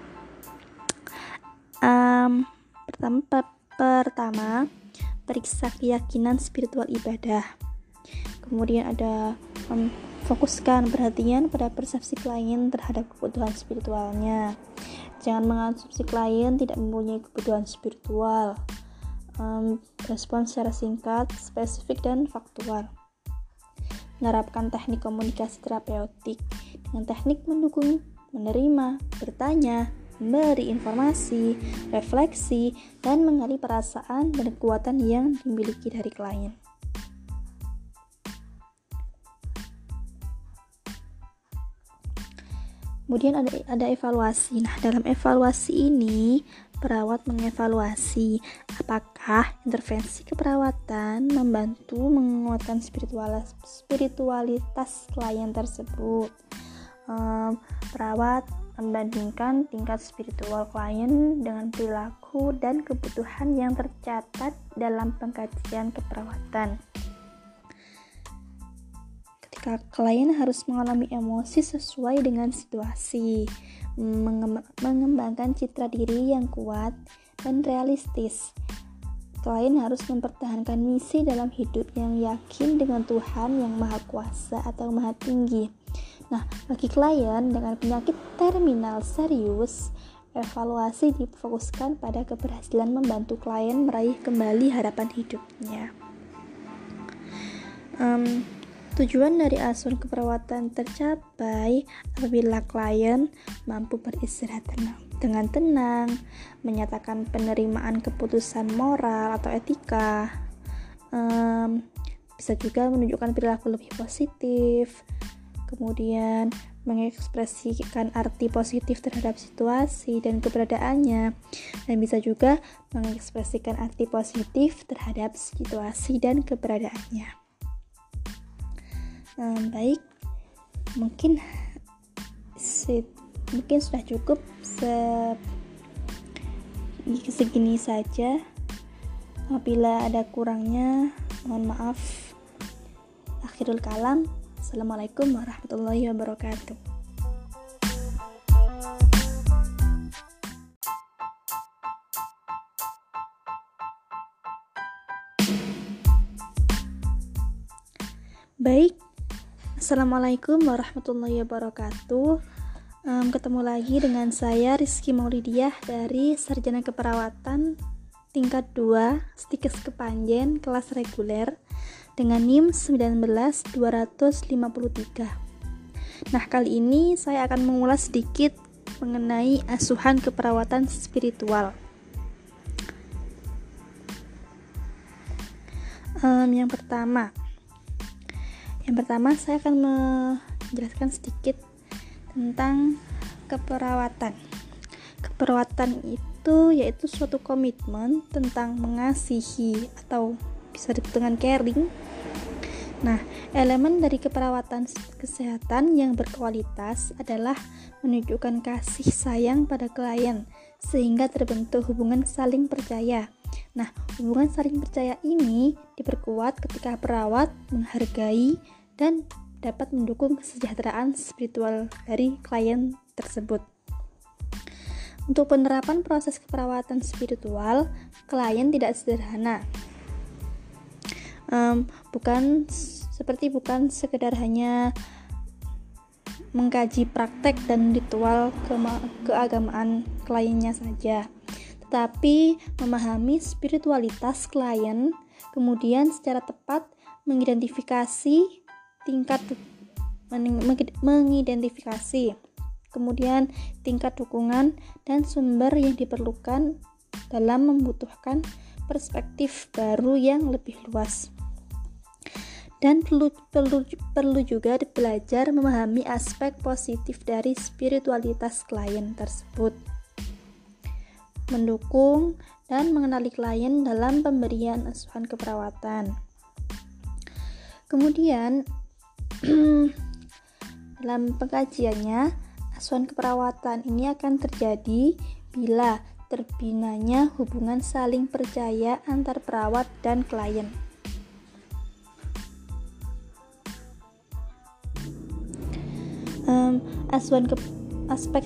pertama periksa keyakinan spiritual ibadah. Kemudian ada fokuskan perhatian pada persepsi klien terhadap kebutuhan spiritualnya. Jangan mengasumsi klien tidak mempunyai kebutuhan spiritual. Respon secara singkat, spesifik, dan faktual. Menerapkan teknik komunikasi terapeutik dengan teknik mendukung, menerima, bertanya, memberi informasi, refleksi, dan menggali perasaan dan kekuatan yang dimiliki dari klien. Kemudian ada evaluasi. Nah, dalam evaluasi ini perawat mengevaluasi apakah intervensi keperawatan membantu menguatkan spiritualitas klien tersebut. Perawat membandingkan tingkat spiritual klien dengan perilaku dan kebutuhan yang tercatat dalam pengkajian keperawatan. Ketika klien harus mengalami emosi sesuai dengan situasi, mengembangkan citra diri yang kuat dan realistis. Klien harus mempertahankan misi dalam hidup yang yakin dengan Tuhan yang Maha Kuasa atau Maha Tinggi. Nah, bagi klien dengan penyakit terminal serius, evaluasi difokuskan pada keberhasilan membantu klien meraih kembali harapan hidupnya. Tujuan dari asuhan keperawatan tercapai apabila klien mampu beristirahat dengan tenang, menyatakan penerimaan keputusan moral atau etika, bisa juga menunjukkan perilaku lebih positif, kemudian mengekspresikan arti positif terhadap situasi dan keberadaannya, dan bisa juga mengekspresikan arti positif terhadap situasi dan keberadaannya. Baik, mungkin sudah cukup segini saja. Apabila ada kurangnya, mohon maaf. Akhirul kalam. Assalamualaikum warahmatullahi wabarakatuh. Baik, Assalamualaikum warahmatullahi wabarakatuh. Ketemu lagi dengan saya Rizky Maulidiah dari Sarjana Keperawatan tingkat 2 Stikes Kepanjen kelas reguler dengan NIM 19253. Nah, kali ini saya akan mengulas sedikit mengenai asuhan keperawatan spiritual. Yang pertama saya akan menjelaskan sedikit tentang keperawatan. Keperawatan itu yaitu suatu komitmen tentang mengasihi atau bisa disebut dengan caring. Nah, elemen dari keperawatan kesehatan yang berkualitas adalah menunjukkan kasih sayang pada klien sehingga terbentuk hubungan saling percaya. Nah, hubungan saling percaya ini diperkuat ketika perawat menghargai dan dapat mendukung kesejahteraan spiritual dari klien tersebut. Untuk penerapan proses keperawatan spiritual, klien tidak sederhana. Bukan sekedar hanya mengkaji praktek dan ritual keagamaan kliennya saja, tetapi memahami spiritualitas klien, kemudian secara tepat mengidentifikasi kemudian tingkat dukungan dan sumber yang diperlukan dalam membutuhkan perspektif baru yang lebih luas. Dan perlu juga belajar memahami aspek positif dari spiritualitas klien tersebut, mendukung dan mengenali klien dalam pemberian asuhan keperawatan. Kemudian dalam pengkajiannya, asuhan keperawatan ini akan terjadi bila terbinanya hubungan saling percaya antar perawat dan klien. Aspek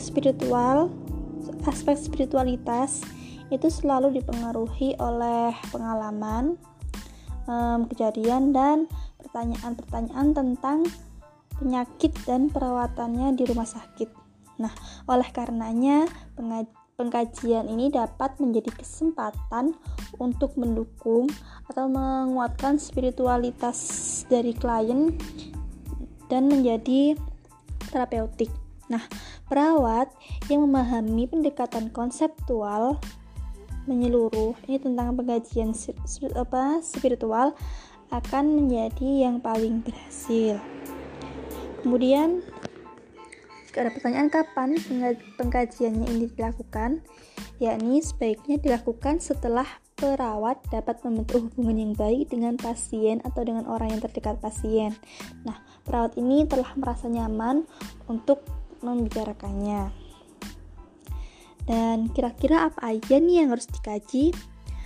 spiritualitas itu selalu dipengaruhi oleh pengalaman, kejadian dan pertanyaan-pertanyaan tentang penyakit dan perawatannya di rumah sakit. Nah, oleh karenanya pengkajian ini dapat menjadi kesempatan untuk mendukung atau menguatkan spiritualitas dari klien dan menjadi terapeutik. Nah, perawat yang memahami pendekatan konseptual menyeluruh ini tentang pengkajian spiritual akan menjadi yang paling berhasil. Kemudian ada pertanyaan kapan pengkajiannya ini dilakukan, yakni sebaiknya dilakukan setelah perawat dapat membentuk hubungan yang baik dengan pasien atau dengan orang yang terdekat pasien. Nah, perawat ini telah merasa nyaman untuk membicarakannya. Dan kira-kira apa aja nih yang harus dikaji?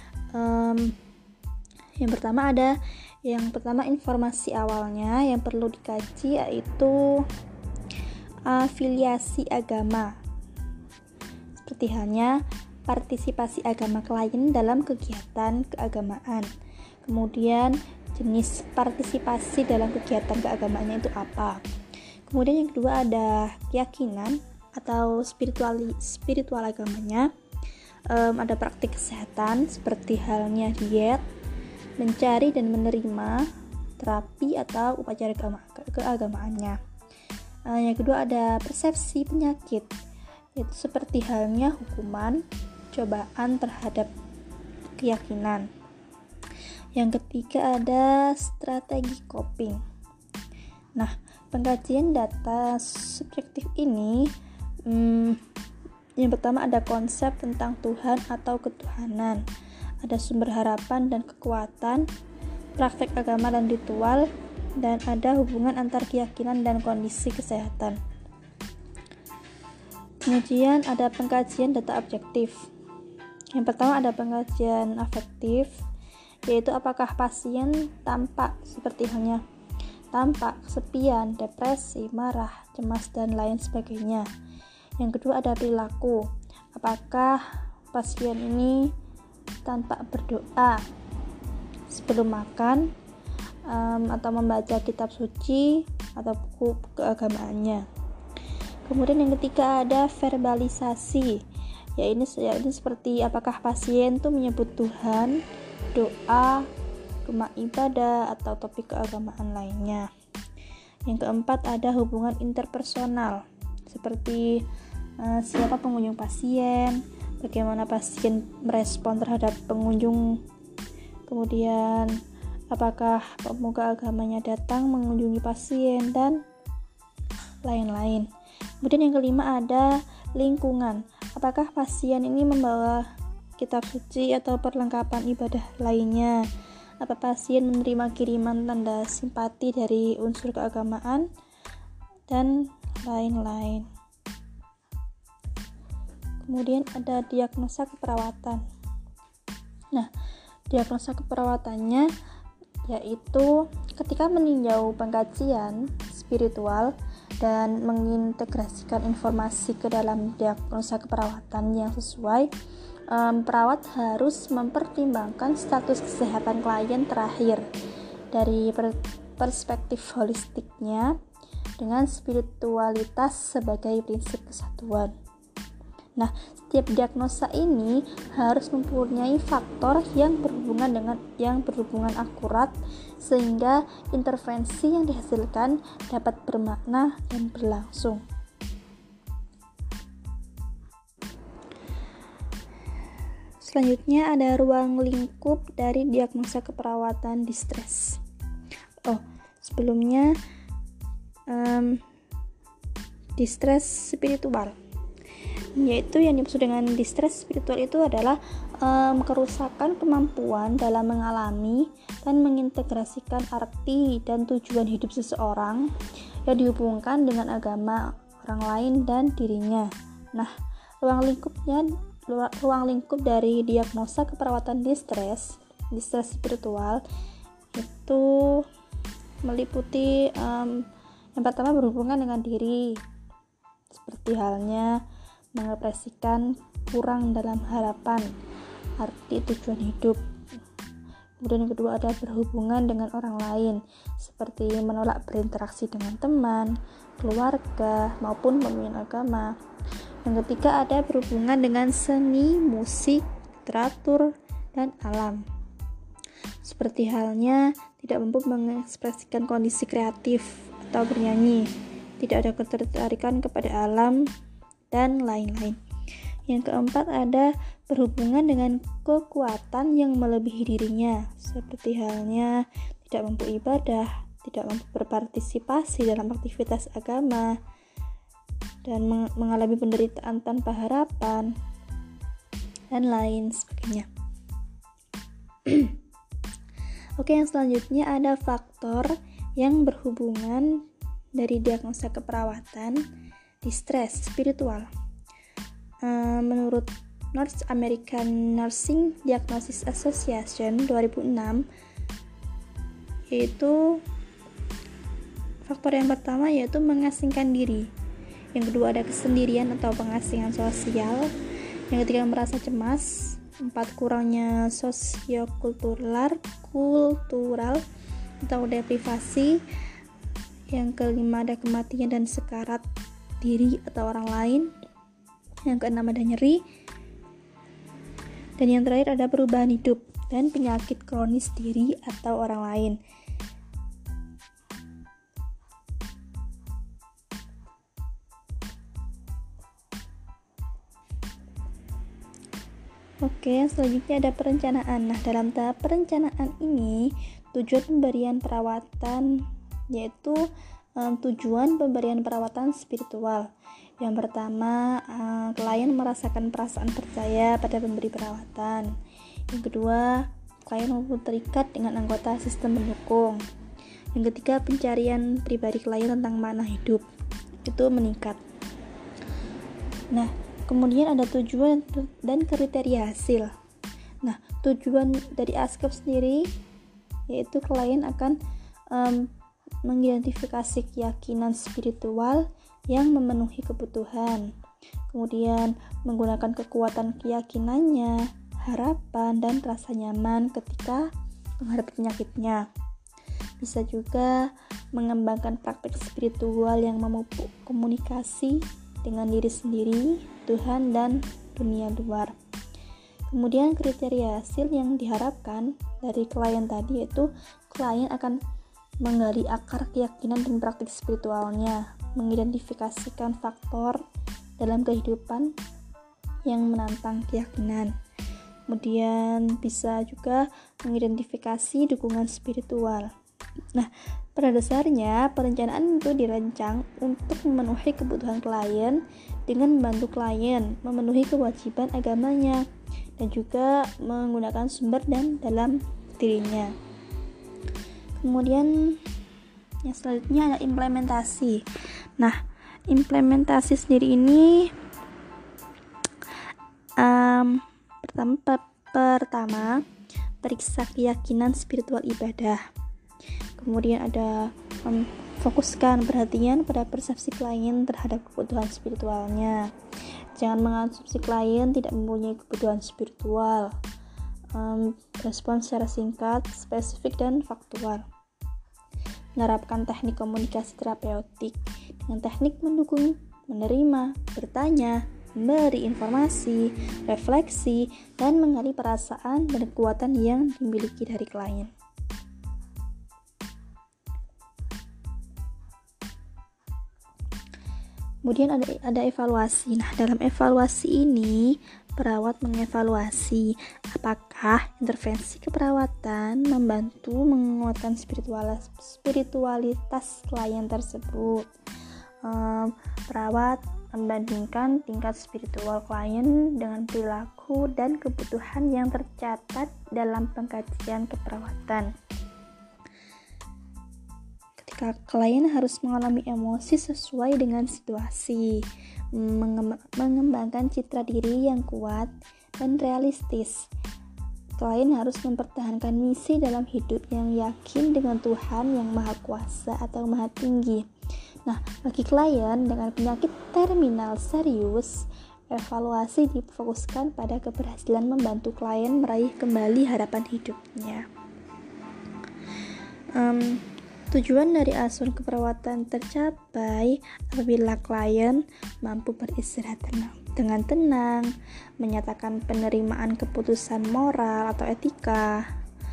Yang pertama informasi awalnya yang perlu dikaji yaitu afiliasi agama, seperti halnya partisipasi agama klien dalam kegiatan keagamaan. Kemudian jenis partisipasi dalam kegiatan keagamaannya itu apa. Kemudian yang kedua ada keyakinan atau spiritual agamanya. Ada praktik kesehatan seperti halnya diet, mencari dan menerima terapi atau upacara keagamaannya. Yang kedua ada persepsi penyakit, yaitu seperti halnya hukuman, cobaan terhadap keyakinan. Yang ketiga ada strategi coping. Nah, pengkajian data subjektif ini yang pertama ada konsep tentang Tuhan atau ketuhanan, ada sumber harapan dan kekuatan, praktek agama dan ritual, dan ada hubungan antar keyakinan dan kondisi kesehatan. Kemudian ada pengkajian data objektif. Yang pertama ada pengkajian afektif, yaitu apakah pasien tampak seperti halnya tampak kesepian, depresi, marah, cemas, dan lain sebagainya. Yang kedua ada perilaku, apakah pasien ini tampak berdoa sebelum makan atau membaca kitab suci atau buku keagamaannya. Kemudian yang ketiga ada verbalisasi, yaitu seperti apakah pasien itu menyebut Tuhan, doa, rumah ibadah, atau topik keagamaan lainnya. Yang keempat ada hubungan interpersonal, seperti siapa pengunjung pasien, bagaimana pasien merespon terhadap pengunjung, kemudian apakah pemuka agamanya datang mengunjungi pasien, dan lain-lain. Kemudian yang kelima ada lingkungan, apakah pasien ini membawa kitab suci atau perlengkapan ibadah lainnya, apa pasien menerima kiriman tanda simpati dari unsur keagamaan, dan lain-lain. Kemudian ada diagnosa keperawatan. Nah, diagnosa keperawatannya yaitu ketika meninjau pengkajian spiritual dan mengintegrasikan informasi ke dalam diagnosa keperawatan yang sesuai, perawat harus mempertimbangkan status kesehatan klien terakhir dari perspektif holistiknya dengan spiritualitas sebagai prinsip kesatuan. Nah, setiap diagnosa ini harus mempunyai faktor yang berhubungan akurat sehingga intervensi yang dihasilkan dapat bermakna dan berlangsung. Selanjutnya ada ruang lingkup dari diagnosa keperawatan distres. Sebelumnya distres spiritual, yaitu yang dimaksud dengan distres spiritual itu adalah kerusakan kemampuan dalam mengalami dan mengintegrasikan arti dan tujuan hidup seseorang yang dihubungkan dengan agama orang lain dan dirinya. Nah, ruang lingkup dari diagnosa keperawatan distres spiritual itu meliputi yang pertama berhubungan dengan diri, seperti halnya mengekspresikan kurang dalam harapan, arti tujuan hidup. Kemudian yang kedua ada berhubungan dengan orang lain, seperti menolak berinteraksi dengan teman, keluarga, maupun pemimpin agama. Yang ketiga ada berhubungan dengan seni, musik, literatur, dan alam. Seperti halnya tidak mampu mengekspresikan kondisi kreatif atau bernyanyi, tidak ada ketertarikan kepada alam, dan lain-lain. Yang keempat ada berhubungan dengan kekuatan yang melebihi dirinya, seperti halnya tidak mampu ibadah, tidak mampu berpartisipasi dalam aktivitas agama, dan mengalami penderitaan tanpa harapan, dan lain sebagainya. Oke, yang selanjutnya ada faktor yang berhubungan dari diagnosa keperawatan distres spiritual. Menurut North American Nursing Diagnosis Association 2006, yaitu faktor yang pertama yaitu mengasingkan diri. Yang kedua ada kesendirian atau pengasingan sosial. Yang ketiga merasa cemas. 4 kurangnya sosiokultural atau deprivasi. Yang kelima ada kematian dan sekarat diri atau orang lain. Yang keenam ada nyeri. Dan yang terakhir ada perubahan hidup dan penyakit kronis diri atau orang lain. Oke, selanjutnya ada perencanaan. Nah, dalam tahap perencanaan ini, tujuan pemberian perawatan yaitu Tujuan pemberian perawatan spiritual. Yang pertama, klien merasakan perasaan percaya pada pemberi perawatan. Yang kedua, klien mampu terikat dengan anggota sistem pendukung. Yang ketiga, pencarian pribadi klien tentang makna hidup itu meningkat. Nah, kemudian ada tujuan dan kriteria hasil. Nah, tujuan dari ASCAP sendiri yaitu klien akan mengidentifikasi keyakinan spiritual yang memenuhi kebutuhan, kemudian menggunakan kekuatan keyakinannya, harapan, dan rasa nyaman ketika menghadapi penyakitnya. Bisa juga mengembangkan praktek spiritual yang memupuk komunikasi dengan diri sendiri, Tuhan, dan dunia luar. Kemudian kriteria hasil yang diharapkan dari klien tadi yaitu klien akan menggali akar keyakinan dan praktik spiritualnya, mengidentifikasikan faktor dalam kehidupan yang menantang keyakinan. Kemudian bisa juga mengidentifikasi dukungan spiritual. Nah, pada dasarnya perencanaan itu dirancang untuk memenuhi kebutuhan klien dengan membantu klien memenuhi kewajiban agamanya dan juga menggunakan sumber dan dalam dirinya. Kemudian yang selanjutnya ada implementasi. Nah, implementasi sendiri ini pertama periksa keyakinan spiritual ibadah. Kemudian ada fokuskan perhatian pada persepsi klien terhadap kebutuhan spiritualnya. Jangan mengasumsi klien tidak mempunyai kebutuhan spiritual. Respon secara singkat, spesifik, dan faktual. Menerapkan teknik komunikasi terapeutik dengan teknik mendukung, menerima, bertanya, memberi informasi, refleksi, dan menggali perasaan dan kekuatan yang dimiliki dari klien. Kemudian ada evaluasi. Nah, dalam evaluasi ini perawat mengevaluasi apakah intervensi keperawatan membantu menguatkan spiritualitas klien tersebut. Perawat membandingkan tingkat spiritual klien dengan perilaku dan kebutuhan yang tercatat dalam pengkajian keperawatan. Ketika klien harus mengalami emosi sesuai dengan situasi, mengembangkan citra diri yang kuat dan realistis. Klien harus mempertahankan misi dalam hidup yang yakin dengan Tuhan yang Maha Kuasa atau Maha Tinggi. Nah, bagi klien dengan penyakit terminal serius, evaluasi difokuskan pada keberhasilan membantu klien meraih kembali harapan hidupnya. Tujuan dari asuhan keperawatan tercapai apabila klien mampu beristirahat dengan tenang, menyatakan penerimaan keputusan moral atau etika,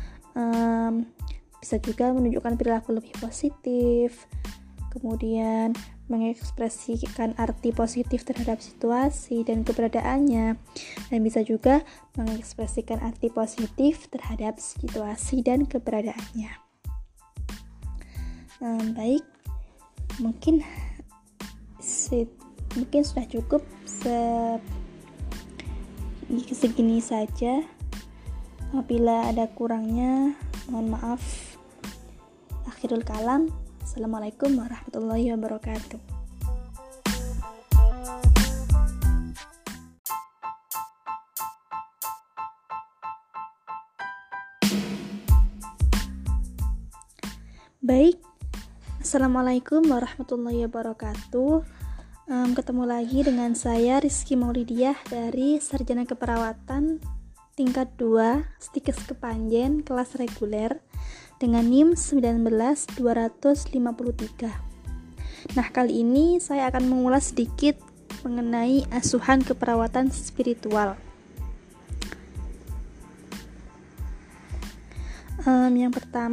bisa juga menunjukkan perilaku lebih positif, kemudian mengekspresikan arti positif terhadap situasi dan keberadaannya, dan bisa juga mengekspresikan arti positif terhadap situasi dan keberadaannya. Baik, mungkin sudah cukup segini saja. Apabila ada kurangnya, mohon maaf. Akhirul kalam. Assalamualaikum warahmatullahi wabarakatuh. Baik, Assalamualaikum warahmatullahi wabarakatuh. Ketemu lagi dengan saya Rizky Maulidiah dari Sarjana Keperawatan tingkat 2 Stikes Kepanjen kelas reguler dengan NIM 19253. Nah, kali ini saya akan mengulas sedikit mengenai asuhan keperawatan spiritual. Yang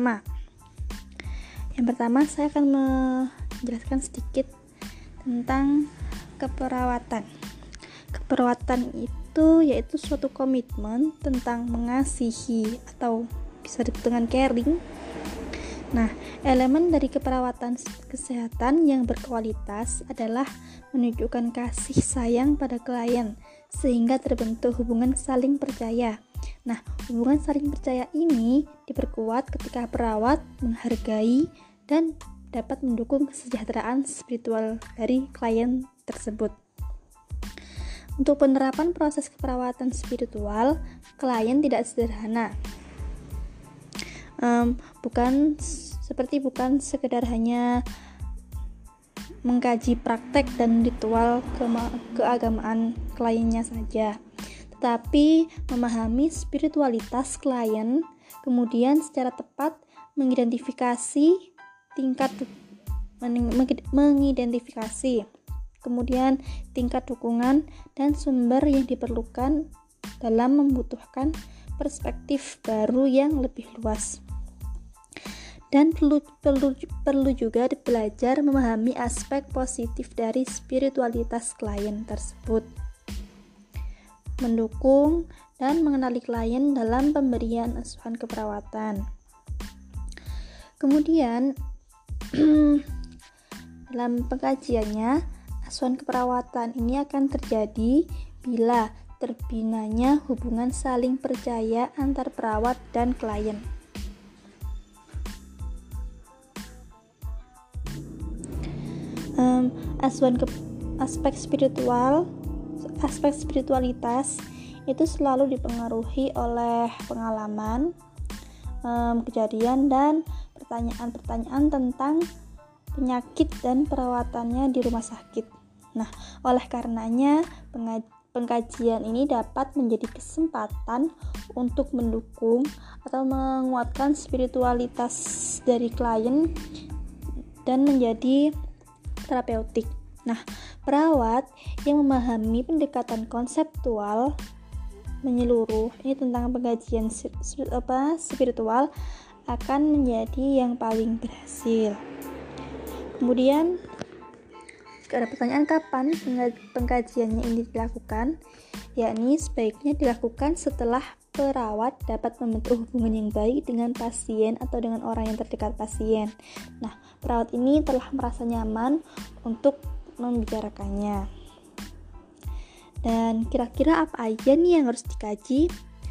pertama saya akan menjelaskan sedikit tentang keperawatan. Keperawatan itu yaitu suatu komitmen tentang mengasihi atau bisa disebut dengan caring Nah, elemen dari keperawatan kesehatan yang berkualitas adalah menunjukkan kasih sayang pada klien sehingga terbentuk hubungan saling percaya. Nah, hubungan saling percaya ini diperkuat ketika perawat menghargai dan dapat mendukung kesejahteraan spiritual dari klien tersebut. Untuk penerapan proses keperawatan spiritual, klien tidak sederhana. Bukan sekedar hanya mengkaji praktek dan ritual keagamaan kliennya saja, tetapi memahami spiritualitas klien, kemudian secara tepat kemudian tingkat dukungan dan sumber yang diperlukan dalam membutuhkan perspektif baru yang lebih luas. Dan perlu juga belajar memahami aspek positif dari spiritualitas klien tersebut, mendukung dan mengenali klien dalam pemberian asuhan keperawatan. Kemudian dalam pengkajiannya, asuhan keperawatan ini akan terjadi bila terbinanya hubungan saling percaya antar perawat dan klien. Aspek spiritualitas itu selalu dipengaruhi oleh pengalaman, kejadian dan pertanyaan-pertanyaan tentang penyakit dan perawatannya di rumah sakit. Nah, oleh karenanya pengkajian ini dapat menjadi kesempatan untuk mendukung atau menguatkan spiritualitas dari klien dan menjadi terapeutik. Nah, perawat yang memahami pendekatan konseptual menyeluruh ini tentang pengkajian spiritual akan menjadi yang paling berhasil. Kemudian ada pertanyaan kapan pengkajiannya ini dilakukan, yakni sebaiknya dilakukan setelah perawat dapat membentuk hubungan yang baik dengan pasien atau dengan orang yang terdekat pasien. Nah, perawat ini telah merasa nyaman untuk membicarakannya. Dan kira-kira apa aja nih yang harus dikaji?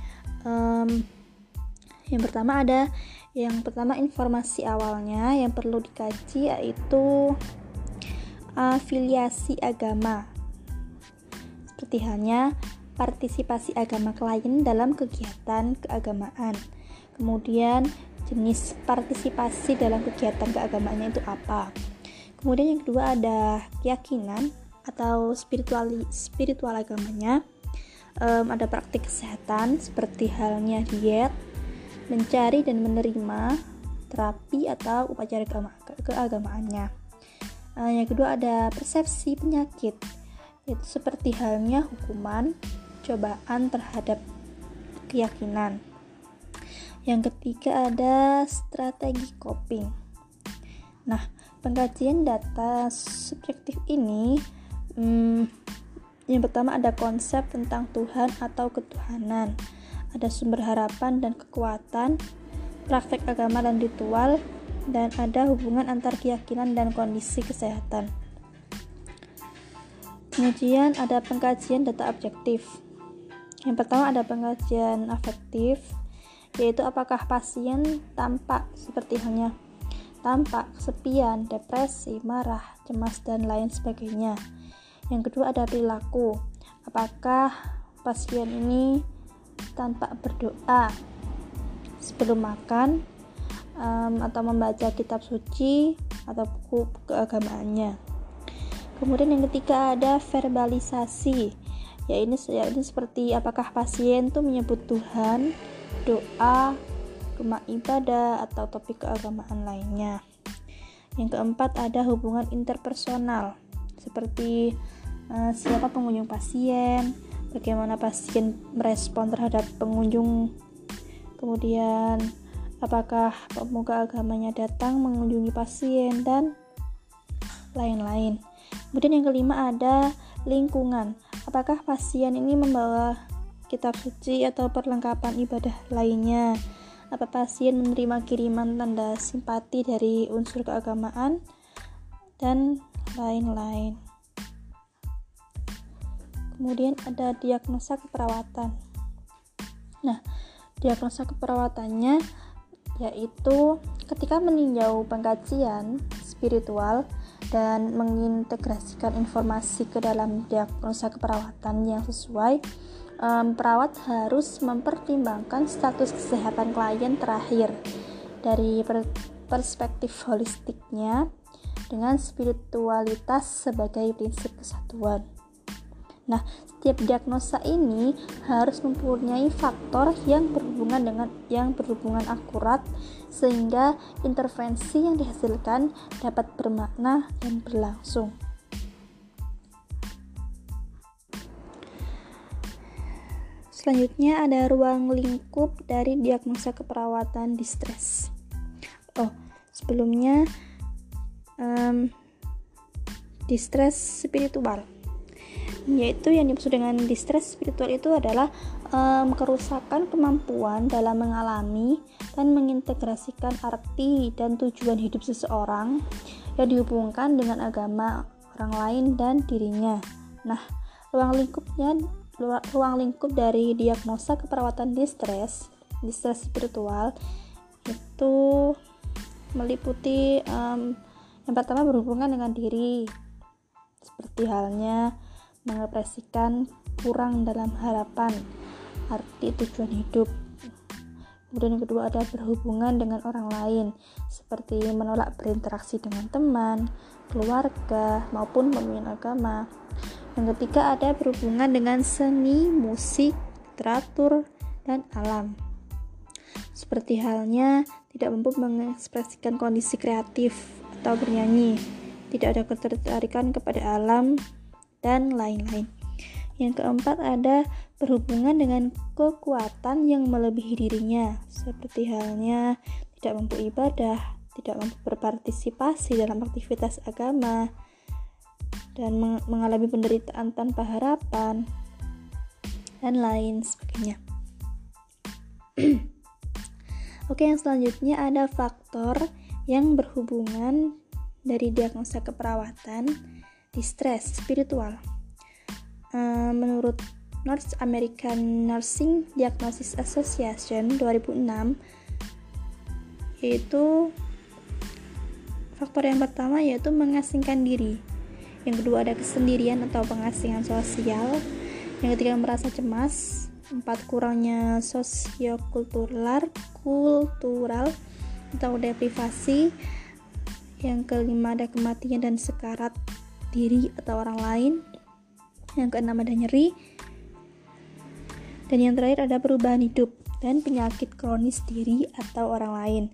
Yang pertama informasi awalnya yang perlu dikaji yaitu afiliasi agama, seperti halnya partisipasi agama klien dalam kegiatan keagamaan. Kemudian jenis partisipasi dalam kegiatan keagamaannya itu apa. Kemudian yang kedua ada keyakinan atau spiritual agamanya. Ada praktik kesehatan seperti halnya diet, mencari dan menerima terapi atau upacara keagamaannya. Yang kedua ada persepsi penyakit, yaitu seperti halnya hukuman, cobaan terhadap keyakinan. Yang ketiga ada strategi coping. Nah, pengkajian data subjektif ini yang pertama ada konsep tentang Tuhan atau ketuhanan, ada sumber harapan dan kekuatan, praktek agama dan ritual, dan ada hubungan antar keyakinan dan kondisi kesehatan. Kemudian ada pengkajian data objektif. Yang pertama ada pengkajian afektif, yaitu apakah pasien tampak kesepian, depresi, marah, cemas, dan lain sebagainya. Yang kedua ada perilaku, apakah pasien ini tampak berdoa sebelum makan, atau membaca kitab suci atau buku keagamaannya. Kemudian yang ketiga ada verbalisasi, yaitu seperti apakah pasien itu menyebut Tuhan, doa, rumah ibadah, atau topik keagamaan lainnya. Yang keempat ada hubungan interpersonal, seperti siapa pengunjung pasien, bagaimana pasien merespon terhadap pengunjung, kemudian apakah pemuka agamanya datang mengunjungi pasien, dan lain-lain. Kemudian yang kelima ada lingkungan, apakah pasien ini membawa kitab suci atau perlengkapan ibadah lainnya, apa pasien menerima kiriman tanda simpati dari unsur keagamaan, dan lain-lain. Kemudian ada diagnosa keperawatan. Nah, diagnosa keperawatannya yaitu ketika meninjau pengkajian spiritual dan mengintegrasikan informasi ke dalam diagnosa keperawatan yang sesuai, perawat harus mempertimbangkan status kesehatan klien terakhir dari perspektif holistiknya dengan spiritualitas sebagai prinsip kesatuan. Nah, setiap diagnosa ini harus mempunyai faktor yang berhubungan akurat sehingga intervensi yang dihasilkan dapat bermakna dan berlangsung. Selanjutnya ada ruang lingkup dari diagnosa keperawatan distres. Sebelumnya distres spiritual, yaitu yang dimaksud dengan distres spiritual itu adalah kerusakan kemampuan dalam mengalami dan mengintegrasikan arti dan tujuan hidup seseorang yang dihubungkan dengan agama orang lain dan dirinya. Nah, ruang lingkup dari diagnosa keperawatan distres spiritual itu meliputi yang pertama berhubungan dengan diri, seperti halnya mengekspresikan kurang dalam harapan, arti tujuan hidup. Kemudian yang kedua ada berhubungan dengan orang lain, seperti menolak berinteraksi dengan teman, keluarga, maupun pemimpin agama. Yang ketiga ada berhubungan dengan seni, musik, literatur, dan alam. Seperti halnya tidak mampu mengekspresikan kondisi kreatif atau bernyanyi, tidak ada ketertarikan kepada alam, dan lain-lain. Yang keempat ada berhubungan dengan kekuatan yang melebihi dirinya, seperti halnya tidak mampu ibadah, tidak mampu berpartisipasi dalam aktivitas agama, dan mengalami penderitaan tanpa harapan, dan lain sebagainya. Oke, yang selanjutnya ada faktor yang berhubungan dari diagnosa keperawatan distres spiritual. Menurut North American Nursing Diagnosis Association 2006, yaitu faktor yang pertama yaitu mengasingkan diri. Yang kedua ada kesendirian atau pengasingan sosial. Yang ketiga merasa cemas. 4 kurangnya sosiokultural atau deprivasi. Yang kelima ada kematian dan sekarat diri atau orang lain. Yang keenam ada nyeri. Dan yang terakhir ada perubahan hidup dan penyakit kronis diri atau orang lain.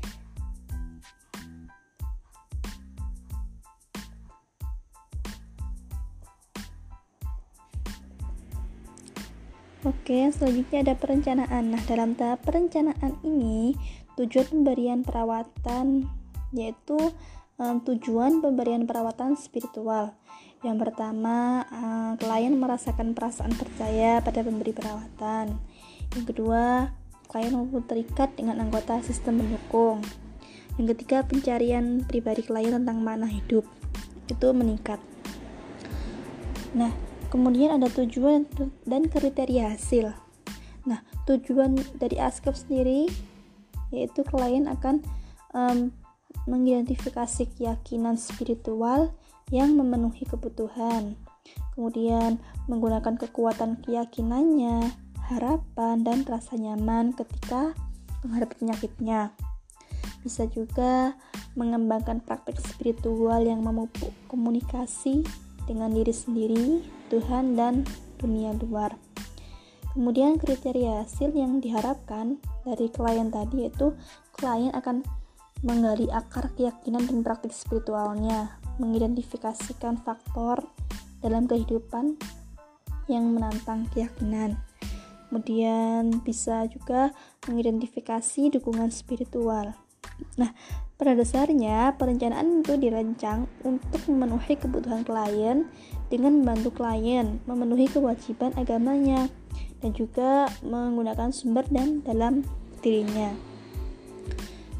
Oke, selanjutnya ada perencanaan. Nah, dalam tahap perencanaan ini, tujuan pemberian perawatan yaitu tujuan pemberian perawatan spiritual. Yang pertama, klien merasakan perasaan percaya pada pemberi perawatan. Yang kedua, klien mampu terikat dengan anggota sistem pendukung. Yang ketiga, pencarian pribadi klien tentang makna hidup itu meningkat. Nah, kemudian ada tujuan dan kriteria hasil. Nah, tujuan dari ASKEP sendiri yaitu klien akan mengidentifikasi keyakinan spiritual yang memenuhi kebutuhan. Kemudian menggunakan kekuatan keyakinannya, harapan, dan rasa nyaman ketika menghadapi penyakitnya. Bisa juga mengembangkan praktek spiritual yang memupuk komunikasi dengan diri sendiri, Tuhan, dan dunia luar. Kemudian kriteria hasil yang diharapkan dari klien tadi yaitu klien akan menggali akar keyakinan dan praktik spiritualnya, mengidentifikasikan faktor dalam kehidupan yang menantang keyakinan. Kemudian bisa juga mengidentifikasi dukungan spiritual. Nah, pada dasarnya perencanaan itu dirancang untuk memenuhi kebutuhan klien dengan membantu klien memenuhi kewajiban agamanya dan juga menggunakan sumber dan dalam dirinya.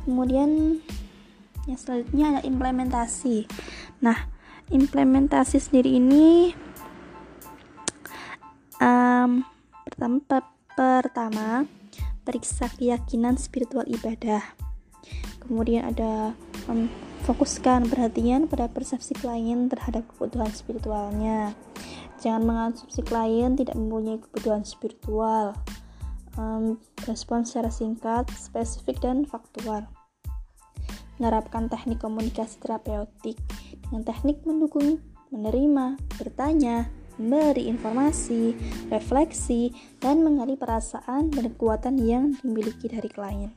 Kemudian yang selanjutnya ada implementasi. Nah, implementasi sendiri ini pertama periksa keyakinan spiritual ibadah. Kemudian ada fokuskan perhatian pada persepsi klien terhadap kebutuhan spiritualnya. Jangan mengasumsi klien tidak mempunyai kebutuhan spiritual. Respon secara singkat, spesifik, dan faktual. Menerapkan teknik komunikasi terapeutik dengan teknik mendukung, menerima, bertanya, memberi informasi, refleksi, dan menggali perasaan dan kekuatan yang dimiliki dari klien.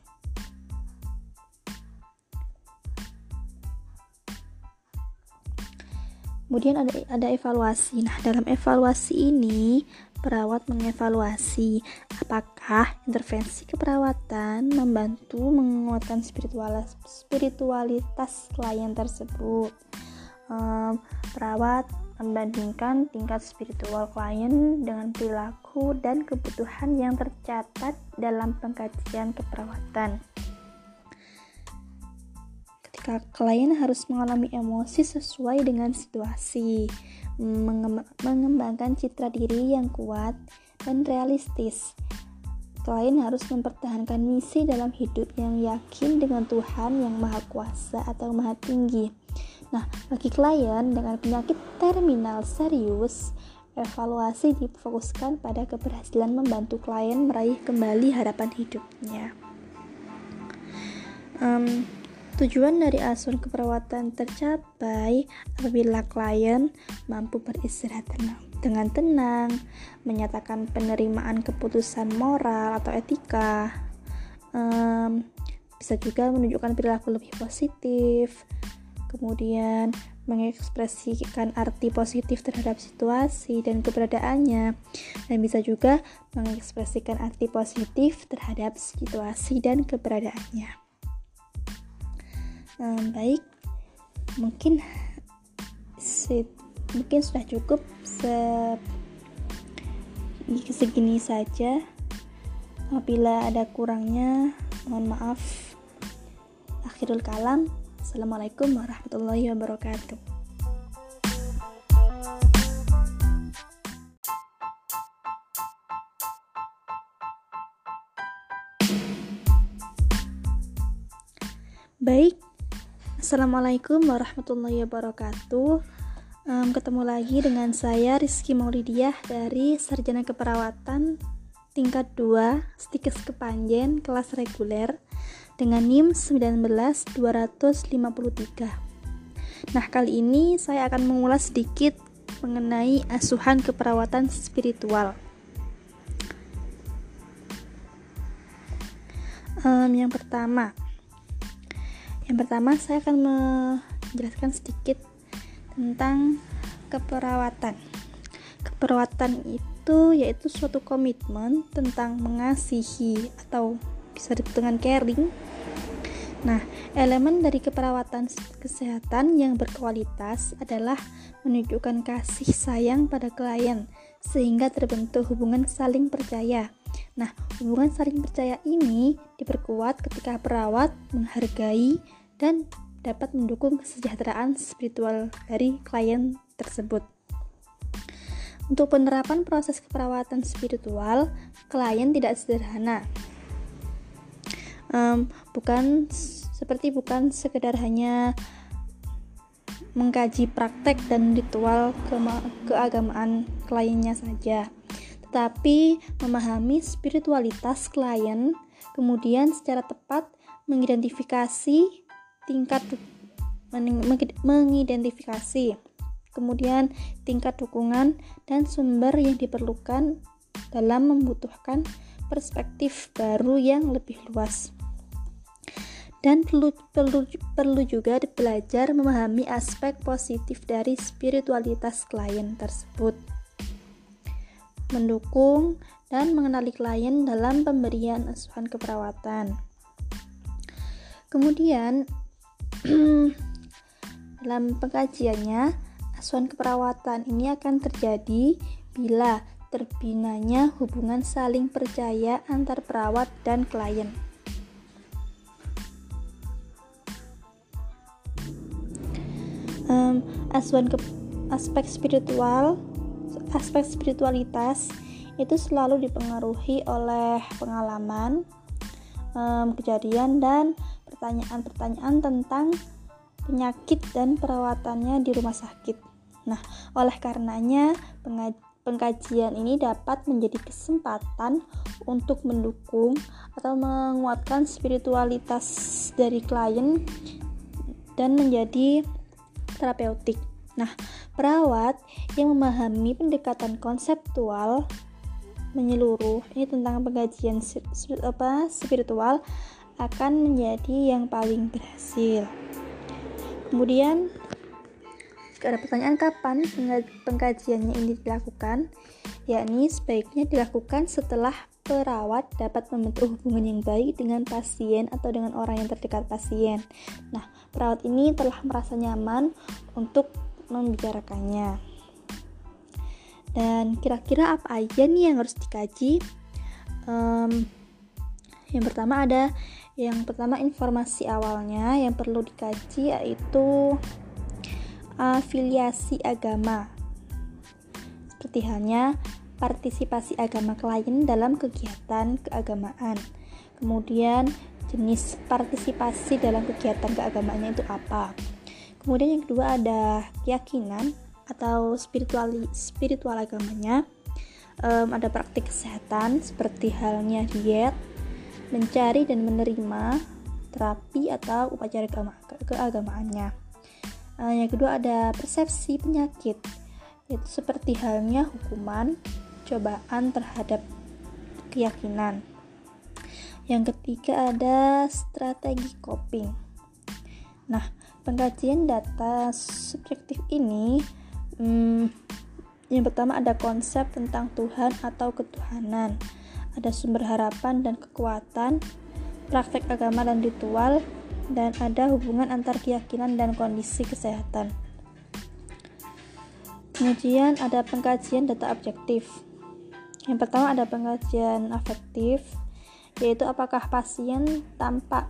Kemudian ada evaluasi. Nah, dalam evaluasi ini perawat mengevaluasi apakah intervensi keperawatan membantu menguatkan spiritualitas klien tersebut. Perawat membandingkan tingkat spiritual klien dengan perilaku dan kebutuhan yang tercatat dalam pengkajian keperawatan. Ketika klien harus mengalami emosi sesuai dengan situasi, mengembangkan citra diri yang kuat dan realistis. Klien harus mempertahankan misi dalam hidup yang yakin dengan Tuhan yang Maha Kuasa atau Maha Tinggi. Nah, bagi klien dengan penyakit terminal serius, evaluasi difokuskan pada keberhasilan membantu klien meraih kembali harapan hidupnya. Tujuan dari asuhan keperawatan tercapai apabila klien mampu beristirahat dengan tenang, menyatakan penerimaan keputusan moral atau etika, bisa juga menunjukkan perilaku lebih positif, kemudian mengekspresikan arti positif terhadap situasi dan keberadaannya, dan bisa juga mengekspresikan arti positif terhadap situasi dan keberadaannya. Baik, mungkin sudah cukup segini saja. Apabila ada kurangnya, mohon maaf. Akhirul kalam. Assalamualaikum warahmatullahi wabarakatuh. Baik, Assalamualaikum warahmatullahi wabarakatuh. Ketemu lagi dengan saya Rizky Maulidiah dari Sarjana Keperawatan tingkat 2 Stikes Kepanjen kelas reguler dengan NIM 19253. Nah, kali ini saya akan mengulas sedikit mengenai asuhan keperawatan spiritual. Yang pertama saya akan menjelaskan sedikit tentang keperawatan. Keperawatan itu yaitu suatu komitmen tentang mengasihi atau bisa disebut dengan caring. Nah, elemen dari keperawatan kesehatan yang berkualitas adalah menunjukkan kasih sayang pada klien sehingga terbentuk hubungan saling percaya. Nah, hubungan saling percaya ini diperkuat ketika perawat menghargai dan dapat mendukung kesejahteraan spiritual dari klien tersebut. Untuk penerapan proses keperawatan spiritual, klien tidak sederhana. Bukan sekedar hanya mengkaji praktek dan ritual keagamaan kliennya saja, tetapi memahami spiritualitas klien, kemudian secara tepat mengidentifikasi kemudian tingkat dukungan dan sumber yang diperlukan dalam membutuhkan perspektif baru yang lebih luas. Dan perlu juga belajar memahami aspek positif dari spiritualitas klien tersebut, mendukung dan mengenali klien dalam pemberian asuhan keperawatan. Kemudian dalam pengkajiannya, asuhan keperawatan ini akan terjadi bila terbinanya hubungan saling percaya antar perawat dan klien. Aspek spiritualitas itu selalu dipengaruhi oleh pengalaman, kejadian, dan pertanyaan-pertanyaan tentang penyakit dan perawatannya di rumah sakit. Nah, oleh karenanya pengkajian ini dapat menjadi kesempatan untuk mendukung atau menguatkan spiritualitas dari klien dan menjadi terapeutik. Nah, perawat yang memahami pendekatan konseptual menyeluruh ini tentang pengkajian spiritual akan menjadi yang paling berhasil. Kemudian ada pertanyaan, kapan pengkajiannya ini dilakukan? Yakni sebaiknya dilakukan setelah perawat dapat membentuk hubungan yang baik dengan pasien atau dengan orang yang terdekat pasien. Nah, perawat ini telah merasa nyaman untuk membicarakannya. Dan kira-kira apa aja nih yang harus dikaji? Yang pertama informasi awalnya yang perlu dikaji, yaitu afiliasi agama, seperti halnya partisipasi agama klien dalam kegiatan keagamaan. Kemudian jenis partisipasi dalam kegiatan keagamaannya itu apa. Kemudian yang kedua ada keyakinan atau spiritual agamanya. Ada praktik kesehatan seperti halnya diet, mencari dan menerima terapi atau upacara keagamaannya. Yang kedua ada persepsi penyakit, itu seperti halnya hukuman, cobaan terhadap keyakinan. Yang ketiga ada strategi coping. Nah, pengkajian data subjektif ini yang pertama ada konsep tentang Tuhan atau ketuhanan, ada sumber harapan dan kekuatan, praktek agama dan ritual, dan ada hubungan antar keyakinan dan kondisi kesehatan. Kemudian ada pengkajian data objektif. Yang pertama ada pengkajian afektif, yaitu apakah pasien tampak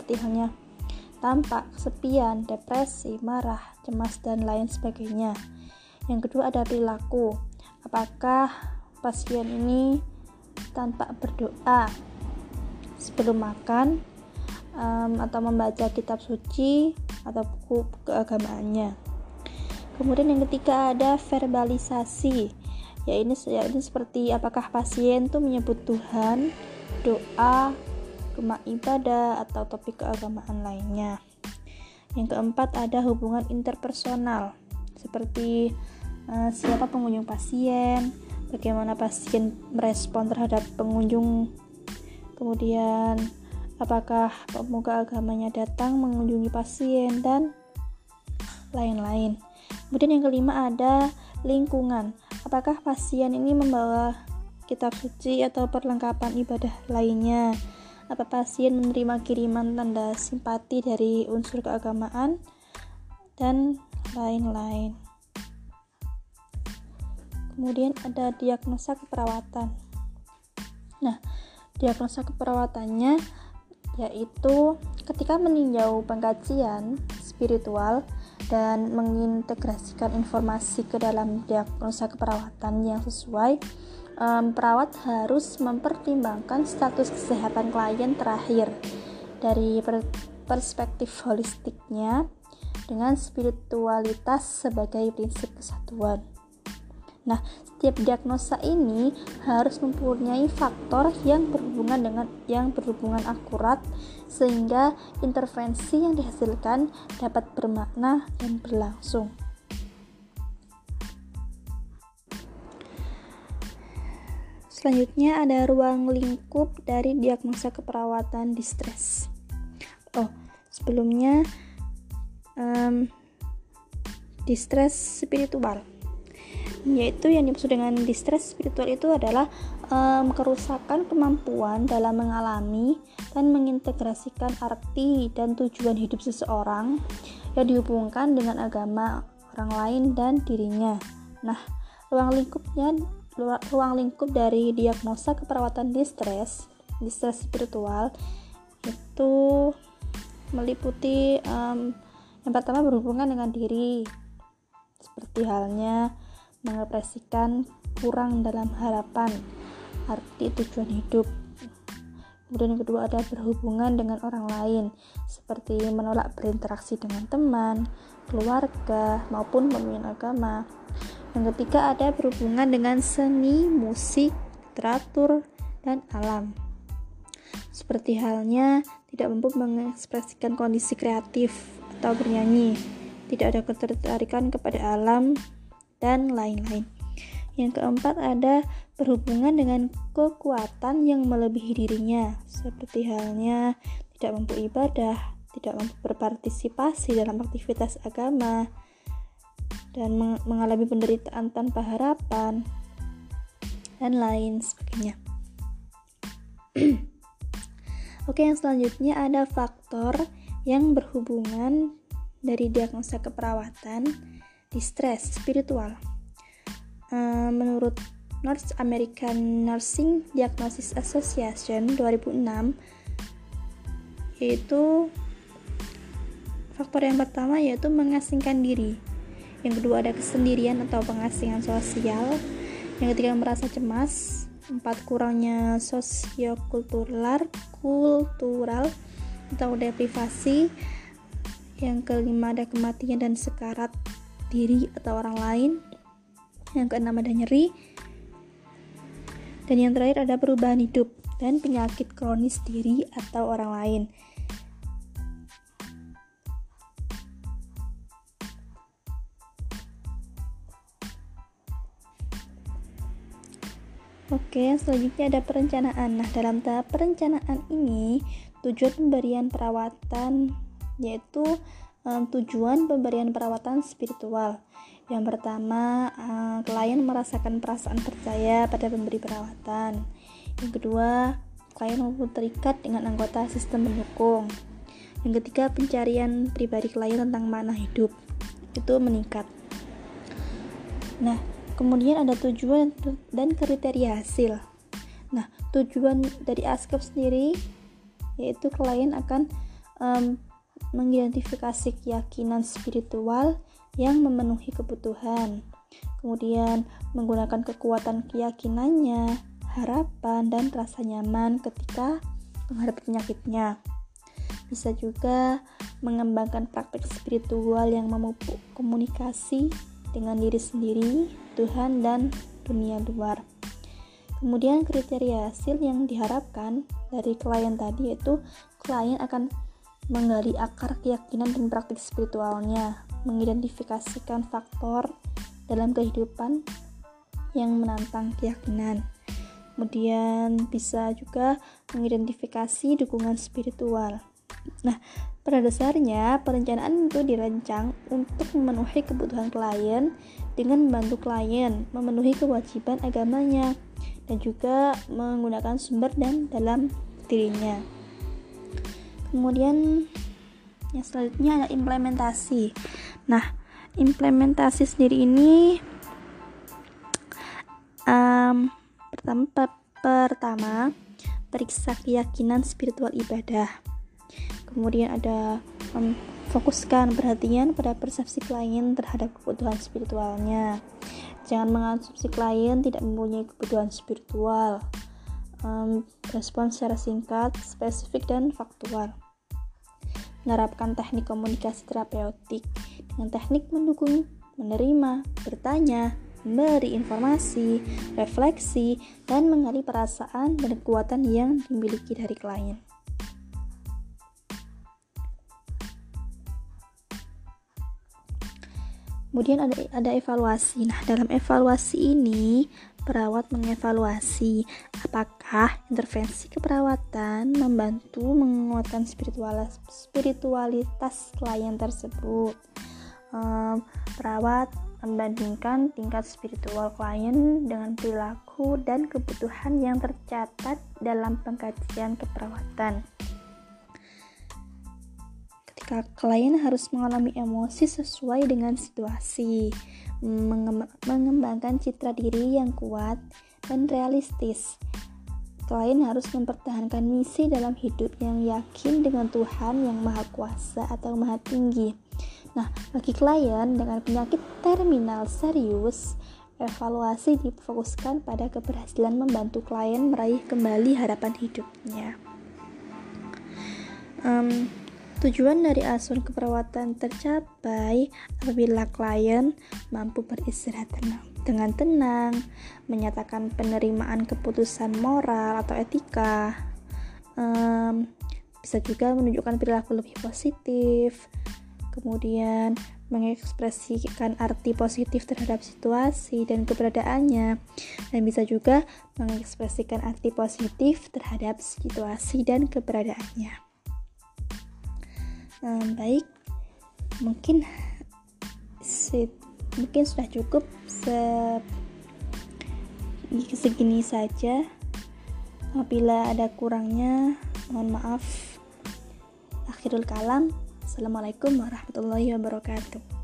kesepian, depresi, marah, cemas, dan lain sebagainya. Yang kedua ada perilaku, apakah pasien ini tampak berdoa sebelum makan atau membaca kitab suci atau buku keagamaannya. Kemudian yang ketiga ada verbalisasi, yaitu seperti apakah pasien itu menyebut Tuhan, doa, rumah ibadah, atau topik keagamaan lainnya. Yang keempat ada hubungan interpersonal, seperti siapa pengunjung pasien, bagaimana pasien merespon terhadap pengunjung, kemudian apakah pemuka agamanya datang mengunjungi pasien, dan lain-lain. Kemudian yang kelima ada lingkungan, apakah pasien ini membawa kitab suci atau perlengkapan ibadah lainnya, apa pasien menerima kiriman tanda simpati dari unsur keagamaan, dan lain-lain. Kemudian ada diagnosa keperawatan. Nah, diagnosa keperawatannya yaitu ketika meninjau pengkajian spiritual dan mengintegrasikan informasi ke dalam diagnosa keperawatan yang sesuai, perawat harus mempertimbangkan status kesehatan klien terakhir dari perspektif holistiknya dengan spiritualitas sebagai prinsip kesatuan. Nah, setiap diagnosa ini harus mempunyai faktor yang berhubungan akurat sehingga intervensi yang dihasilkan dapat bermakna dan berlangsung. Selanjutnya ada ruang lingkup dari diagnosa keperawatan distres. Sebelumnya distres spiritual, yaitu yang dimaksud dengan distres spiritual itu adalah kerusakan kemampuan dalam mengalami dan mengintegrasikan arti dan tujuan hidup seseorang yang dihubungkan dengan agama orang lain dan dirinya. Nah, ruang lingkup dari diagnosa keperawatan distres spiritual itu meliputi yang pertama berhubungan dengan diri, seperti halnya mengekspresikan kurang dalam harapan, arti tujuan hidup. Kemudian yang kedua ada berhubungan dengan orang lain, seperti menolak berinteraksi dengan teman, keluarga, maupun pemimpin agama. Yang ketiga ada berhubungan dengan seni, musik, literatur, dan alam. Seperti halnya tidak mampu mengekspresikan kondisi kreatif atau bernyanyi, tidak ada ketertarikan kepada alam, dan lain-lain. Yang keempat ada berhubungan dengan kekuatan yang melebihi dirinya, seperti halnya tidak mampu ibadah, tidak mampu berpartisipasi dalam aktivitas agama, dan mengalami penderitaan tanpa harapan, dan lain sebagainya. Oke, yang selanjutnya ada faktor yang berhubungan dari diagnosa keperawatan, distress spiritual. Menurut North American Nursing Diagnosis Association 2006, yaitu faktor yang pertama yaitu mengasingkan diri. Yang kedua ada kesendirian atau pengasingan sosial. Yang ketiga merasa cemas. 4 kurangnya sosiokultural atau deprivasi. Yang kelima ada kematian dan sekarat diri atau orang lain. Yang keenam ada nyeri. Dan yang terakhir ada perubahan hidup dan penyakit kronis diri atau orang lain. Oke, selanjutnya ada perencanaan. Nah, dalam tahap perencanaan ini, tujuan pemberian perawatan yaitu tujuan pemberian perawatan spiritual. Yang pertama, klien merasakan perasaan percaya pada pemberi perawatan. Yang kedua, klien mampu terikat dengan anggota sistem pendukung. Yang ketiga, pencarian pribadi klien tentang makna hidup itu meningkat. Nah, kemudian ada tujuan dan kriteria hasil. Nah, tujuan dari ASCAP sendiri yaitu klien akan mengidentifikasi keyakinan spiritual yang memenuhi kebutuhan. Kemudian menggunakan kekuatan keyakinannya, harapan, dan rasa nyaman ketika menghadapi penyakitnya. Bisa juga mengembangkan praktek spiritual yang memupuk komunikasi dengan diri sendiri, Tuhan, dan dunia luar. Kemudian kriteria hasil yang diharapkan dari klien tadi yaitu klien akan menggali akar keyakinan dan praktik spiritualnya, mengidentifikasikan faktor dalam kehidupan yang menantang keyakinan. Kemudian bisa juga mengidentifikasi dukungan spiritual. Nah, pada dasarnya perencanaan itu dirancang untuk memenuhi kebutuhan klien dengan membantu klien memenuhi kewajiban agamanya dan juga menggunakan sumber dan dalam dirinya. Kemudian yang selanjutnya ada implementasi. Nah, implementasi sendiri ini pertama periksa keyakinan spiritual ibadah. Kemudian ada fokuskan perhatian pada persepsi klien terhadap kebutuhan spiritualnya. Jangan mengasumsi klien tidak mempunyai kebutuhan spiritual. Respon secara singkat, spesifik, dan faktual. Menerapkan teknik komunikasi terapeutik dengan teknik mendukung, menerima, bertanya, memberi informasi, refleksi, dan menggali perasaan dan kekuatan yang dimiliki dari klien. Kemudian ada evaluasi. Nah, dalam evaluasi ini perawat mengevaluasi apakah intervensi keperawatan membantu menguatkan spiritualitas klien tersebut. Perawat membandingkan tingkat spiritual klien dengan perilaku dan kebutuhan yang tercatat dalam pengkajian keperawatan. Ketika klien harus mengalami emosi sesuai dengan situasi, mengembangkan citra diri yang kuat dan realistis. Klien harus mempertahankan misi dalam hidup yang yakin dengan Tuhan yang Maha Kuasa atau Maha Tinggi, Nah, bagi klien dengan penyakit terminal serius, evaluasi difokuskan pada keberhasilan membantu klien meraih kembali harapan hidupnya. Tujuan dari asuhan keperawatan tercapai apabila klien mampu beristirahat dengan tenang, menyatakan penerimaan keputusan moral atau etika, bisa juga menunjukkan perilaku lebih positif, kemudian mengekspresikan arti positif terhadap situasi dan keberadaannya, dan bisa juga mengekspresikan arti positif terhadap situasi dan keberadaannya. Baik, mungkin sudah cukup segini saja. Apabila ada kurangnya, mohon maaf. Akhirul kalam. Assalamualaikum warahmatullahi wabarakatuh.